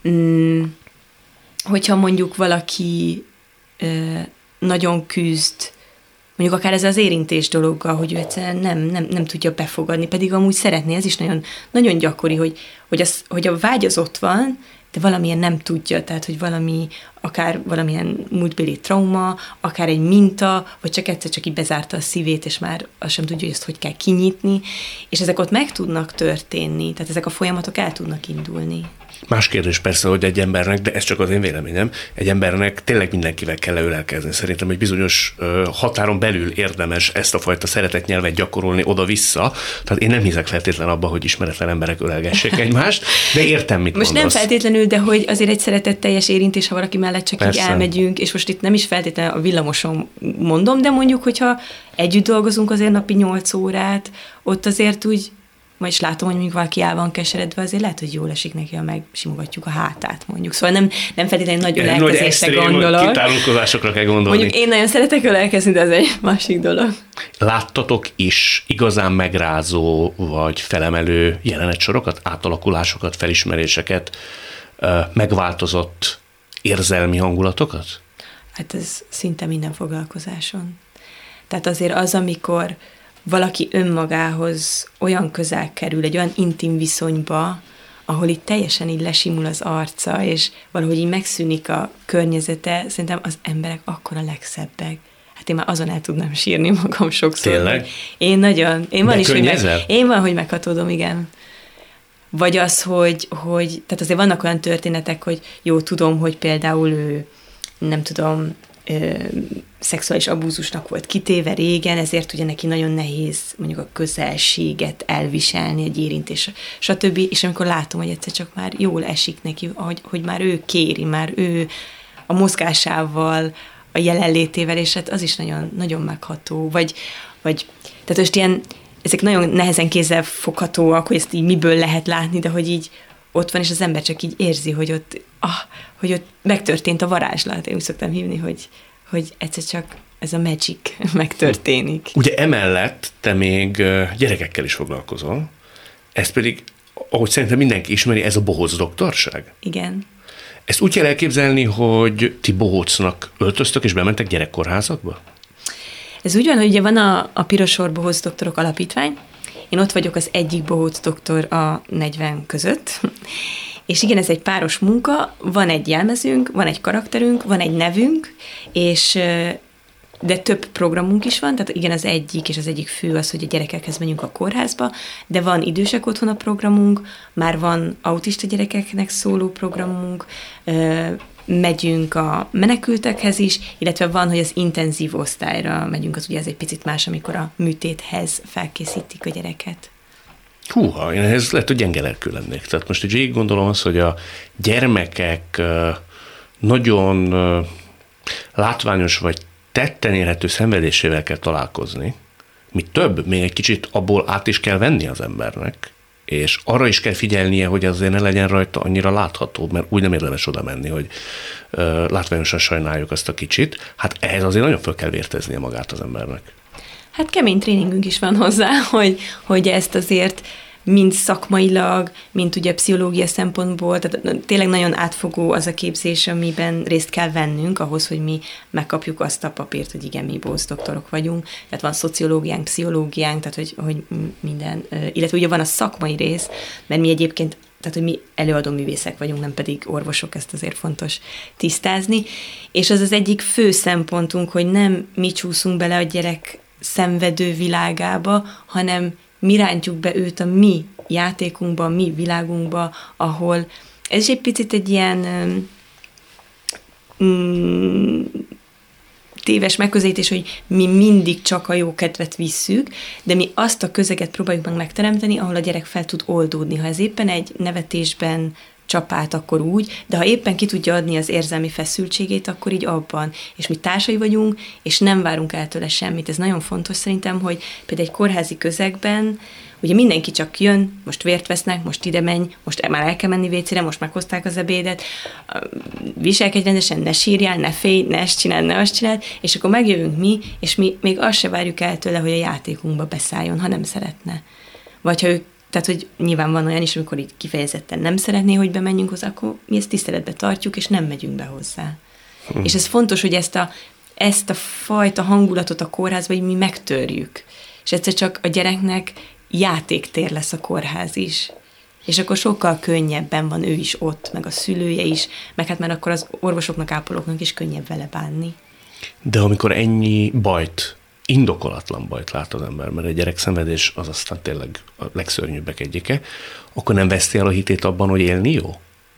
hogyha mondjuk valaki nagyon küzd, mondjuk akár ez az érintés dologgal, hogy ő egyszerűen nem tudja befogadni, pedig amúgy szeretné, ez is nagyon, nagyon gyakori, hogy a vágy az ott van, de valamilyen nem tudja, tehát hogy valami, akár valamilyen múltbéli trauma, akár egy minta, vagy csak egyszer csak így bezárta a szívét, és már azt sem tudja, hogy ezt hogy kell kinyitni, és ezek ott meg tudnak történni, tehát ezek a folyamatok el tudnak indulni. Más kérdés persze, hogy egy embernek, de ez csak az én véleményem, egy embernek tényleg mindenkivel kell leölelkezni. Szerintem egy bizonyos határon belül érdemes ezt a fajta szeretetnyelvet gyakorolni oda-vissza. Tehát én nem hiszek feltétlenül abba, hogy ismeretlen emberek ölelgessék egymást, de értem, mit most mondasz. Nem feltétlenül, de hogy azért egy szeretetteljes érintés, ha valaki mellett csak persze. így elmegyünk, és most itt nem is feltétlenül a villamoson mondom, de mondjuk, hogyha együtt dolgozunk azért napi 8 órát, ott azért úgy, majd is látom, hogy mondjuk valaki el van keseredve, azért lehet, hogy jól esik neki, ha megsimogatjuk a hátát, mondjuk. Szóval nem feltétlenül nagy ölelkezésre gondolok. Nagy kitálulkozásokra kell gondolni. Mondjuk én nagyon szeretek ölelkezni, de ez egy másik dolog. Láttatok is igazán megrázó vagy felemelő jelenetsorokat, átalakulásokat, felismeréseket, megváltozott érzelmi hangulatokat? Hát ez szinte minden foglalkozáson. Tehát azért az, amikor valaki önmagához olyan közel kerül, egy olyan intim viszonyba, ahol itt teljesen így lesimul az arca, és valahogy így megszűnik a környezete, szerintem az emberek akkor a legszebbek. Hát én már azon el tudnám sírni magam sokszor. Tényleg? Én van is, hogy meghatódom, igen. Vagy az, hogy tehát azért vannak olyan történetek, hogy jó, tudom, hogy például ő, nem tudom, szexuális abúzusnak volt kitéve régen, ezért ugye neki nagyon nehéz mondjuk a közelséget elviselni, egy érintés, stb. És amikor látom, hogy egyszer csak már jól esik neki, hogy már ő kéri, már ő a mozgásával, a jelenlétével, és hát az is nagyon, nagyon megható. Vagy tehát most ilyen, ezek nagyon nehezen kézzel foghatóak, hogy ezt így miből lehet látni, de hogy így ott van, és az ember csak így érzi, hogy ott megtörtént a varázslat. Én úgy szoktam hívni, hogy egyszer csak ez a magic megtörténik. Ugye emellett te még gyerekekkel is foglalkozol, ez pedig, ahogy szerintem mindenki ismeri, ez a bohóc doktorság. Igen. Ezt úgy kell elképzelni, hogy ti bohócnak öltöztök és bementek gyerekkórházakba? Ez úgy van, hogy ugye van a Pirosor Bohóc Doktorok Alapítvány, én ott vagyok az egyik bohóc doktor a 40 között, és igen, ez egy páros munka, van egy jelmezünk, van egy karakterünk, van egy nevünk, és de több programunk is van, tehát igen, az egyik fő az, hogy a gyerekekhez menjünk a kórházba, de van idősek otthona programunk, már van autista gyerekeknek szóló programunk, megyünk a menekültekhez is, illetve van, hogy az intenzív osztályra megyünk, az ugye ez egy picit más, amikor a műtéthez felkészítik a gyereket. Húha, én ehhez lehet, hogy gyenge lelkű lennék. Tehát most így végig gondolom azt, hogy a gyermekek nagyon látványos vagy tetten érhető szenvedésével kell találkozni. Mi több, még egy kicsit abból át is kell venni az embernek. és arra is kell figyelnie, hogy azért ne legyen rajta annyira látható, mert úgy nem érdemes oda menni, hogy látványosan sajnáljuk azt a kicsit. Hát ehhez azért nagyon föl kell vérteznie magát az embernek. Hát kemény tréningünk is van hozzá, hogy ezt azért mind szakmailag, mind ugye pszichológia szempontból, tehát tényleg nagyon átfogó az a képzés, amiben részt kell vennünk ahhoz, hogy mi megkapjuk azt a papírt, hogy igen, mi postdoktorok vagyunk. Tehát van szociológiánk, pszichológiánk, tehát hogy minden, illetve ugye van a szakmai rész, mert mi egyébként, tehát hogy mi előadó művészek vagyunk, nem pedig orvosok, ezt azért fontos tisztázni. És az az egyik fő szempontunk, hogy nem mi csúszunk bele a gyerek szenvedő világába, hanem mi rántjuk be őt a mi játékunkba, a mi világunkba, ahol ez is egy picit egy ilyen téves megközelítés, hogy mi mindig csak a jó kedvet visszük, de mi azt a közeget próbáljuk meg megteremteni, ahol a gyerek fel tud oldódni. Ha ez éppen egy nevetésben csapát, akkor úgy, de ha éppen ki tudja adni az érzelmi feszültségét, akkor így abban. És mi társai vagyunk, és nem várunk el tőle semmit. Ez nagyon fontos szerintem, hogy például egy kórházi közegben ugye mindenki csak jön, most vért vesznek, most ide menj, most már el kell menni vécére, most meghozták az ebédet, viselkedj rendesen, ne sírjál, ne félj, ne ezt csináld, ne azt csináld, és akkor megjövünk mi, és mi még azt se várjuk el tőle, hogy a játékunkba beszálljon, ha nem szeretne. Vagy ha ő, tehát, hogy nyilván van olyan is, amikor így kifejezetten nem szeretné, hogy bemenjünk hozzá, akkor mi ezt tiszteletbe tartjuk, és nem megyünk be hozzá. És ez fontos, hogy ezt a fajta hangulatot a kórházban, hogy mi megtörjük. És egyszer csak a gyereknek játéktér lesz a kórház is. És akkor sokkal könnyebben van ő is ott, meg a szülője is, meg hát már akkor az orvosoknak, ápolóknak is könnyebb vele bánni. De amikor ennyi bajt, indokolatlan bajt lát az ember, mert egy gyerek szenvedés az aztán tényleg a legszörnyűbbek egyike, akkor nem veszti el a hitét abban, hogy élni jó?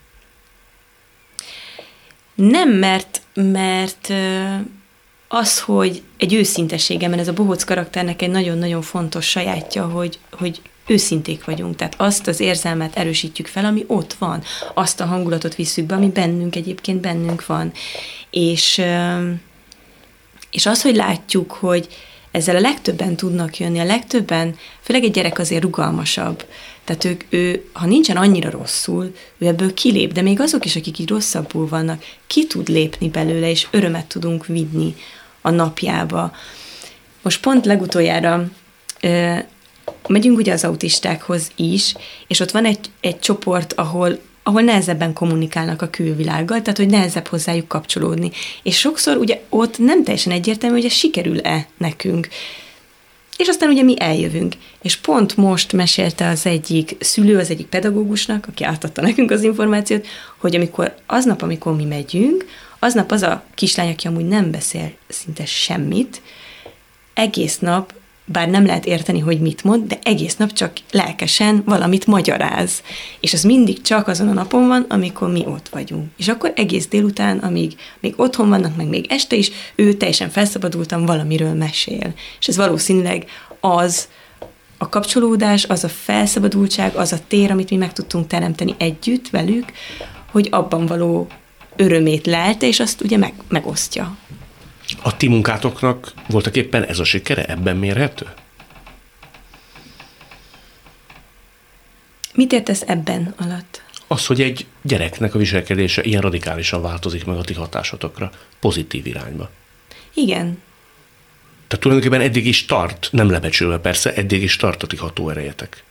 Nem, mert az, hogy egy őszintességem, ez a bohóc karakternek egy nagyon-nagyon fontos sajátja, hogy őszinték vagyunk. Tehát azt az érzelmet erősítjük fel, ami ott van. Azt a hangulatot visszük be, ami bennünk van. És az, hogy látjuk, hogy ezzel a legtöbben tudnak jönni, a legtöbben, főleg egy gyerek azért rugalmasabb. Tehát ő, ha nincsen annyira rosszul, ő ebből kilép, de még azok is, akik így rosszabbul vannak, ki tud lépni belőle, és örömet tudunk vinni a napjába. Most pont legutoljára megyünk ugye az autistákhoz is, és ott van egy csoport, ahol nehezebben kommunikálnak a külvilággal, tehát hogy nehezebb hozzájuk kapcsolódni. És sokszor ugye ott nem teljesen egyértelmű, hogy ez sikerül-e nekünk. És aztán ugye mi eljövünk. És pont most mesélte az egyik szülő, az egyik pedagógusnak, aki átadta nekünk az információt, hogy amikor mi megyünk, aznap az a kislány, aki amúgy nem beszél szinte semmit, egész nap, bár nem lehet érteni, hogy mit mond, de egész nap csak lelkesen valamit magyaráz. És az mindig csak azon a napon van, amikor mi ott vagyunk. És akkor egész délután, amíg még otthon vannak, meg még este is, ő teljesen felszabadultan valamiről mesél. És ez valószínűleg az a kapcsolódás, az a felszabadultság, az a tér, amit mi meg tudtunk teremteni együtt velük, hogy abban való örömét lelte, és azt ugye megosztja. A ti munkátoknak voltak éppen ez a sikere? Ebben mérhető? Mit értesz ebben alatt? Az, hogy egy gyereknek a viselkedése ilyen radikálisan változik meg a ti hatásotokra, pozitív irányba. Igen. Tehát tulajdonképpen eddig is tart, nem lebecsülve persze, eddig is tart a ti hatóerejetek.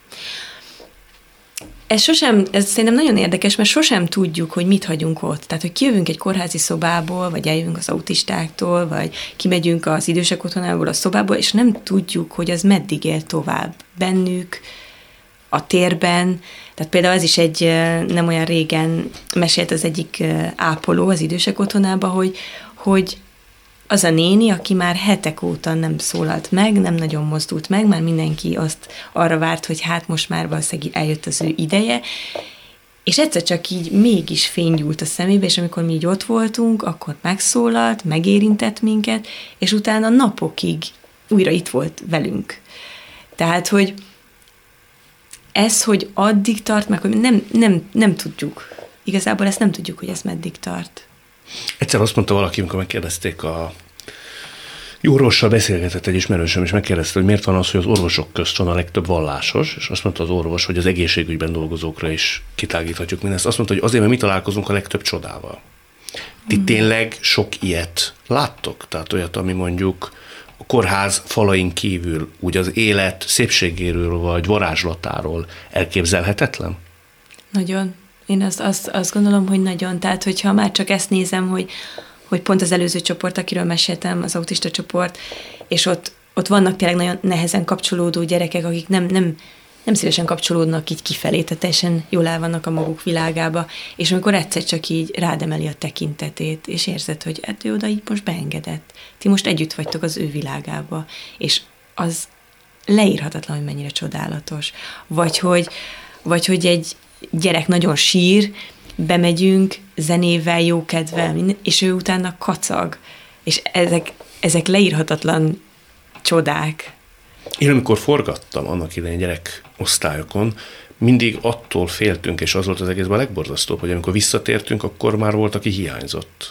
Ez szerintem nagyon érdekes, mert sosem tudjuk, hogy mit hagyunk ott. Tehát, hogy kijövünk egy kórházi szobából, vagy eljövünk az autistáktól, vagy kimegyünk az idősek otthonából a szobából, és nem tudjuk, hogy az meddig él tovább bennük, a térben. Tehát például ez is nem olyan régen mesélt az egyik ápoló az idősek otthonába, hogy az a néni, aki már hetek óta nem szólalt meg, nem nagyon mozdult meg, már mindenki azt arra várt, hogy hát most már valószínűleg eljött az ő ideje, és egyszer csak így mégis fény gyúlt a szemébe, és amikor mi így ott voltunk, akkor megszólalt, megérintett minket, és utána napokig újra itt volt velünk. Tehát, hogy ez, hogy addig tart, meg hogy nem tudjuk. Igazából ezt nem tudjuk, hogy ez meddig tart. Egyszer azt mondta valaki, amikor megkérdezték a orvossal beszélgetett egy ismerősöm, és megkérdezte, hogy miért van az, hogy az orvosok közt van a legtöbb vallásos, és azt mondta az orvos, hogy az egészségügyben dolgozókra is kitágíthatjuk mindezt. Azt mondta, hogy azért, mert mi találkozunk a legtöbb csodával. Ti tényleg sok ilyet láttok? Tehát olyat, ami mondjuk a kórház falain kívül úgy az élet szépségéről vagy varázslatáról elképzelhetetlen? Nagyon. Én azt gondolom, hogy nagyon. Tehát, hogyha már csak ezt nézem, hogy pont az előző csoport, akiről meséltem, az autista csoport, és ott vannak tényleg nagyon nehezen kapcsolódó gyerekek, akik nem szívesen kapcsolódnak így kifelé, tehát teljesen jól el vannak a maguk világába, és amikor egyszer csak így rád emeli a tekintetét, és érzed, hogy hát ő oda így most beengedett. Ti most együtt vagytok az ő világába, és az leírhatatlan, hogy mennyire csodálatos. Vagy hogy egy gyerek nagyon sír, bemegyünk zenével, jókedvel, és ő utána kacag. És ezek leírhatatlan csodák. Én amikor forgattam annak idején gyerekosztályokon, mindig attól féltünk, és az volt az egészben a legborzasztóbb, hogy amikor visszatértünk, akkor már volt, aki hiányzott.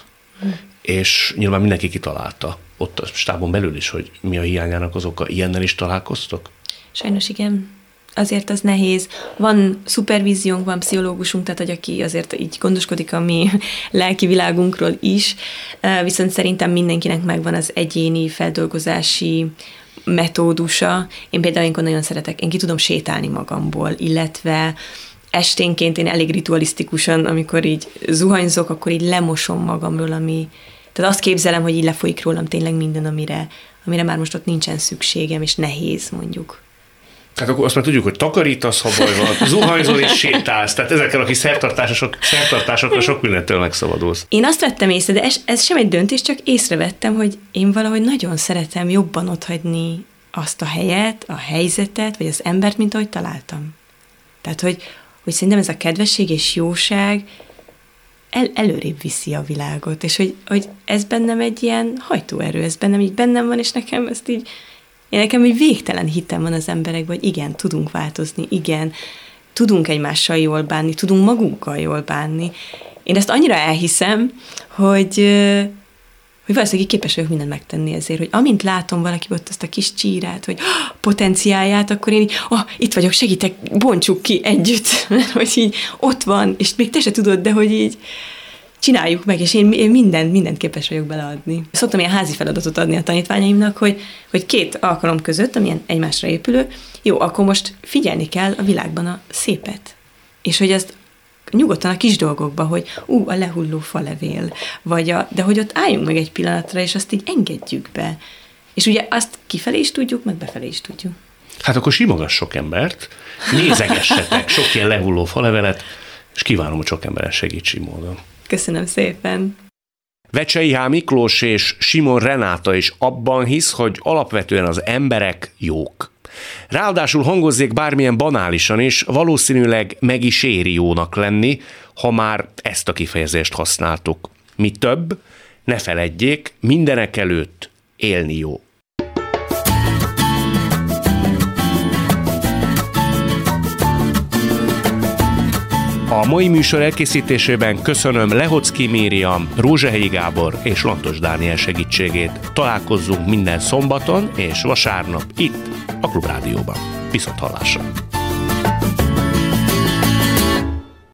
És nyilván mindenki kitalálta, ott a stábon belül is, hogy mi a hiányának az oka. Ilyennel is találkoztok? Sajnos igen. Azért az nehéz. Van szupervíziónk, van pszichológusunk, tehát hogy aki azért így gondoskodik a mi lelki világunkról is, viszont szerintem mindenkinek megvan az egyéni feldolgozási metódusa. Én például nagyon szeretek, én ki tudom sétálni magamból, illetve esténként én elég ritualisztikusan, amikor így zuhanyzok, akkor így lemosom magamról, tehát azt képzelem, hogy így lefolyik rólam tényleg minden, amire már most ott nincsen szükségem, és nehéz mondjuk. Tehát akkor azt már tudjuk, hogy takarítasz, ha baj van, zuhanyzol és sétálsz. Tehát ezekkel, aki szertartásokra sok mindentől megszabadulsz. Én azt vettem észre, de ez sem egy döntés, csak észrevettem, hogy én valahogy nagyon szeretem jobban otthagyni azt a helyet, a helyzetet, vagy az embert, mint ahogy találtam. Tehát, hogy szerintem ez a kedvesség és jóság előrébb viszi a világot, és hogy ez bennem egy ilyen hajtóerő, ez bennem van, és nekem ezt így nekem egy végtelen hitem van az emberekben, hogy igen, tudunk változni, igen, tudunk egymással jól bánni, tudunk magunkkal jól bánni. Én ezt annyira elhiszem, hogy valószínűleg képes vagyok mindent megtenni ezért, hogy amint látom valaki ott azt a kis csírát, hogy potenciálját, akkor én így, itt vagyok, segítek, bontsuk ki együtt, mert hogy így ott van, és még te se tudod, de hogy így csináljuk meg, és én mindent képes vagyok beleadni. Szoktam ilyen házi feladatot adni a tanítványaimnak, hogy 2 alkalom között, amilyen egymásra épülő, jó, akkor most figyelni kell a világban a szépet. És hogy azt nyugodtan a kis dolgokba, hogy a lehulló falevél, de hogy ott álljunk meg egy pillanatra, és azt így engedjük be. És ugye azt kifelé is tudjuk, meg befelé is tudjuk. Hát akkor simogass sok embert, nézegessetek sok ilyen lehulló falevelet, és kívánom, hogy sok emberen segítsi módon. Köszönöm szépen! Vecsei H. Miklós és Simon Renáta is abban hisz, hogy alapvetően az emberek jók. Ráadásul hangozzék bármilyen banálisan is, valószínűleg meg is éri jónak lenni, ha már ezt a kifejezést használtuk. Mi több, ne feledjék, mindenek előtt élni jó. A mai műsor elkészítésében köszönöm Lehocki Miriam, Rózsahegyi Gábor és Lantos Dániel segítségét. Találkozzunk minden szombaton és vasárnap itt a Klubrádióban. Viszonthallásra!